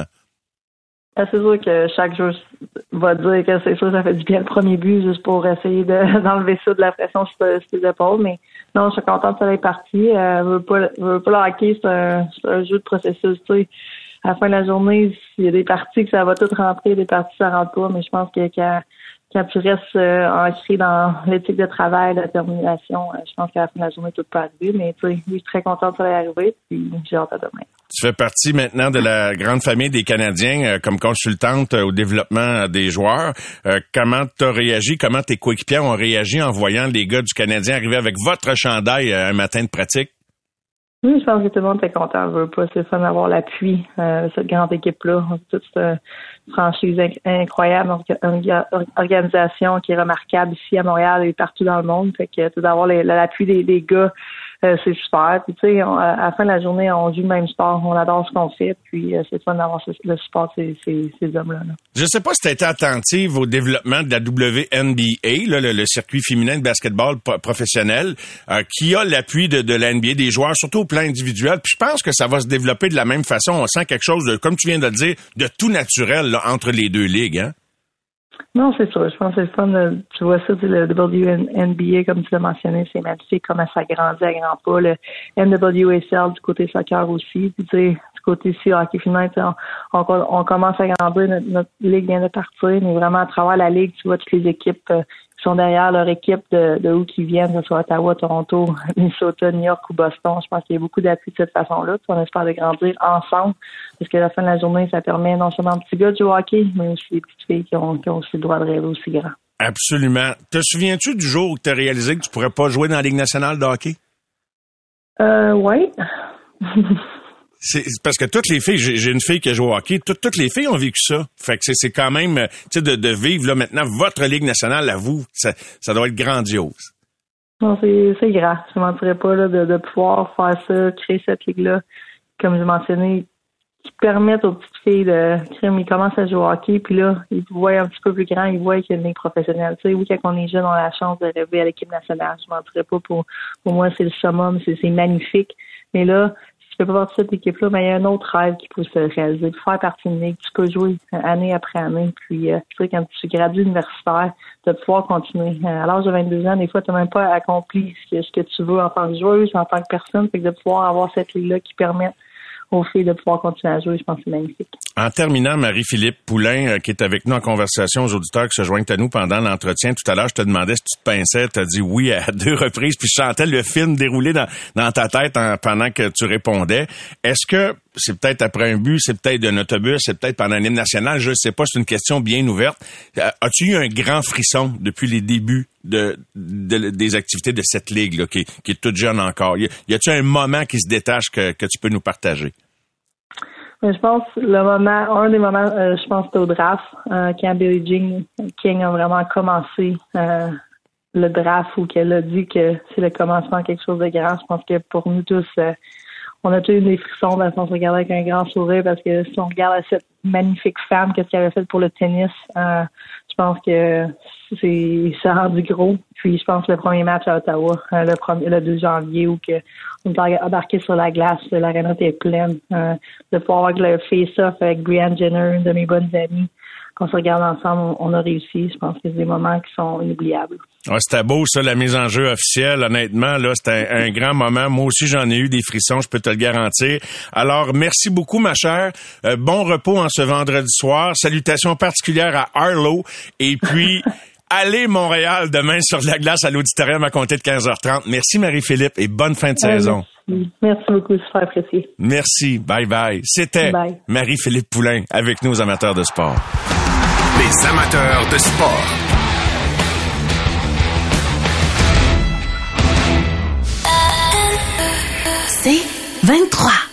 C'est sûr que chaque joueur va dire que c'est sûr ça fait du bien le premier but, juste pour essayer d'enlever ça de la pression sur tes épaules, mais non, je suis contente de ça être parti. Veux pas le hockey, c'est un jeu de processus, tu sais. À la fin de la journée, il y a des parties que ça va tout rentrer, des parties ça rentre pas, mais je pense que quand tu restes ancré dans l'éthique de travail, la détermination, je pense qu'à la fin de la journée, tout peut arriver. Mais tu sais, je suis très contente que ça va arriver, puis j'ai hâte à demain. Tu fais partie maintenant de la grande famille des Canadiens comme consultante au développement des joueurs. Comment tu as réagi? Comment tes coéquipiers ont réagi en voyant les gars du Canadien arriver avec votre chandail un matin de pratique? Oui, je pense que tout le monde était content. C'est le fun d'avoir l'appui de cette grande équipe-là. C'est toute une franchise incroyable, une organisation qui est remarquable ici à Montréal et partout dans le monde. Fait que d'avoir l'appui des gars, c'est super. Puis tu sais, à la fin de la journée, on joue le même sport. On adore ce qu'on fait. Puis c'est fun d'avoir le support de ces hommes-là. Je sais pas si tu as été attentive au développement de la WNBA, le circuit féminin de basketball professionnel, qui a l'appui de la NBA, des joueurs, surtout au plan individuel. Puis je pense que ça va se développer de la même façon. On sent quelque chose de, comme tu viens de le dire, de tout naturel là, entre les deux ligues, hein? Non, c'est ça. Je pense que c'est le fun. Tu vois ça, le WNBA, comme tu l'as mentionné, c'est magnifique, comment ça grandit à grands pas. Le NWSL du côté soccer aussi. Puis, tu sais, du côté ici, hockey féminin, on commence à grandir. Notre ligue vient de partir, mais vraiment à travers la ligue, tu vois toutes les équipes qui sont derrière leur équipe de où qu'ils viennent, que ce soit Ottawa, Toronto, Minnesota, New York ou Boston. Je pense qu'il y a beaucoup d'appui de cette façon-là. On espère de grandir ensemble, parce qu'à la fin de la journée, ça permet non seulement aux petits gars de jouer au hockey, mais aussi les petites filles qui ont aussi le droit de rêver aussi grand. Absolument. Te souviens-tu du jour où tu as réalisé que tu pourrais pas jouer dans la Ligue nationale de hockey? Oui. C'est parce que toutes les filles, j'ai une fille qui a joué au hockey, toutes les filles ont vécu ça. Fait que c'est quand même, tu sais, de vivre là maintenant votre Ligue nationale à vous, ça doit être grandiose. Non, c'est grand. Je ne mentirais pas là, de pouvoir faire ça, créer cette ligue-là, comme je mentionnais, qui permettent aux petites filles de créer, ils commencent à jouer au hockey, puis là, ils voient un petit peu plus grand, ils voient qu'il y a une ligue professionnelle. Tu sais, oui, quand on est jeune, on a la chance de rêver à l'équipe nationale. Je ne mentirais pas, pour moi, c'est le summum, c'est magnifique. Mais là, fais pas partie de cette équipe-là, mais il y a un autre rêve qui peut se réaliser, de faire partie d'une ligue. Tu peux jouer année après année. Puis, tu sais, quand tu gradues universitaire, de pouvoir continuer. À l'âge de 22 ans, des fois, tu n'as même pas accompli ce que tu veux en tant que joueuse, en tant que personne. Fait que de pouvoir avoir cette ligue-là qui permet aux filles de pouvoir continuer à jouer, je pense que c'est magnifique. En terminant, Marie-Philippe Poulain, qui est avec nous en conversation, aux auditeurs qui se joignent à nous pendant l'entretien. Tout à l'heure, je te demandais si tu te pinçais. Tu as dit oui à 2 reprises, puis je sentais le film dérouler dans ta tête pendant que tu répondais. Est-ce que c'est peut-être après un but, c'est peut-être d'un autobus, c'est peut-être pendant un hymne national, je ne sais pas, c'est une question bien ouverte. As-tu eu un grand frisson depuis les débuts des activités de cette ligue là, qui est toute jeune encore? Y a-t-il un moment qui se détache que tu peux nous partager? Je pense un des moments, je pense c'était au draft, quand Billie Jean King a vraiment commencé le draft, ou qu'elle a dit que c'est le commencement de quelque chose de grand. Je pense que pour nous tous, on a tous eu des frissons dans le sens de regarder avec un grand sourire, parce que si on regarde cette magnifique femme, qu'est-ce qu'elle avait fait pour le tennis, je pense que ça a rendu gros. Puis je pense que le premier match à Ottawa, le 2 janvier, où on est embarqué sur la glace, l'aréna était pleine, de pouvoir avoir le face-off avec Brianne Jenner, une de mes bonnes amies, qu'on se regarde ensemble, on a réussi. Je pense que c'est des moments qui sont inoubliables. Ouais, c'était beau, ça, la mise en jeu officielle. Honnêtement, là, c'était un grand moment. Moi aussi, j'en ai eu des frissons, je peux te le garantir. Alors, merci beaucoup, ma chère. Bon repos en ce vendredi soir. Salutations particulières à Harlow. Et puis, allez Montréal demain sur la glace à l'auditorium à compter de 15h30. Merci, Marie-Philippe, et bonne fin de saison. Merci beaucoup, super apprécié. Merci. Bye bye. C'était Marie-Philippe Poulain avec nous, amateurs de sport. Les amateurs de sport. C'est 23.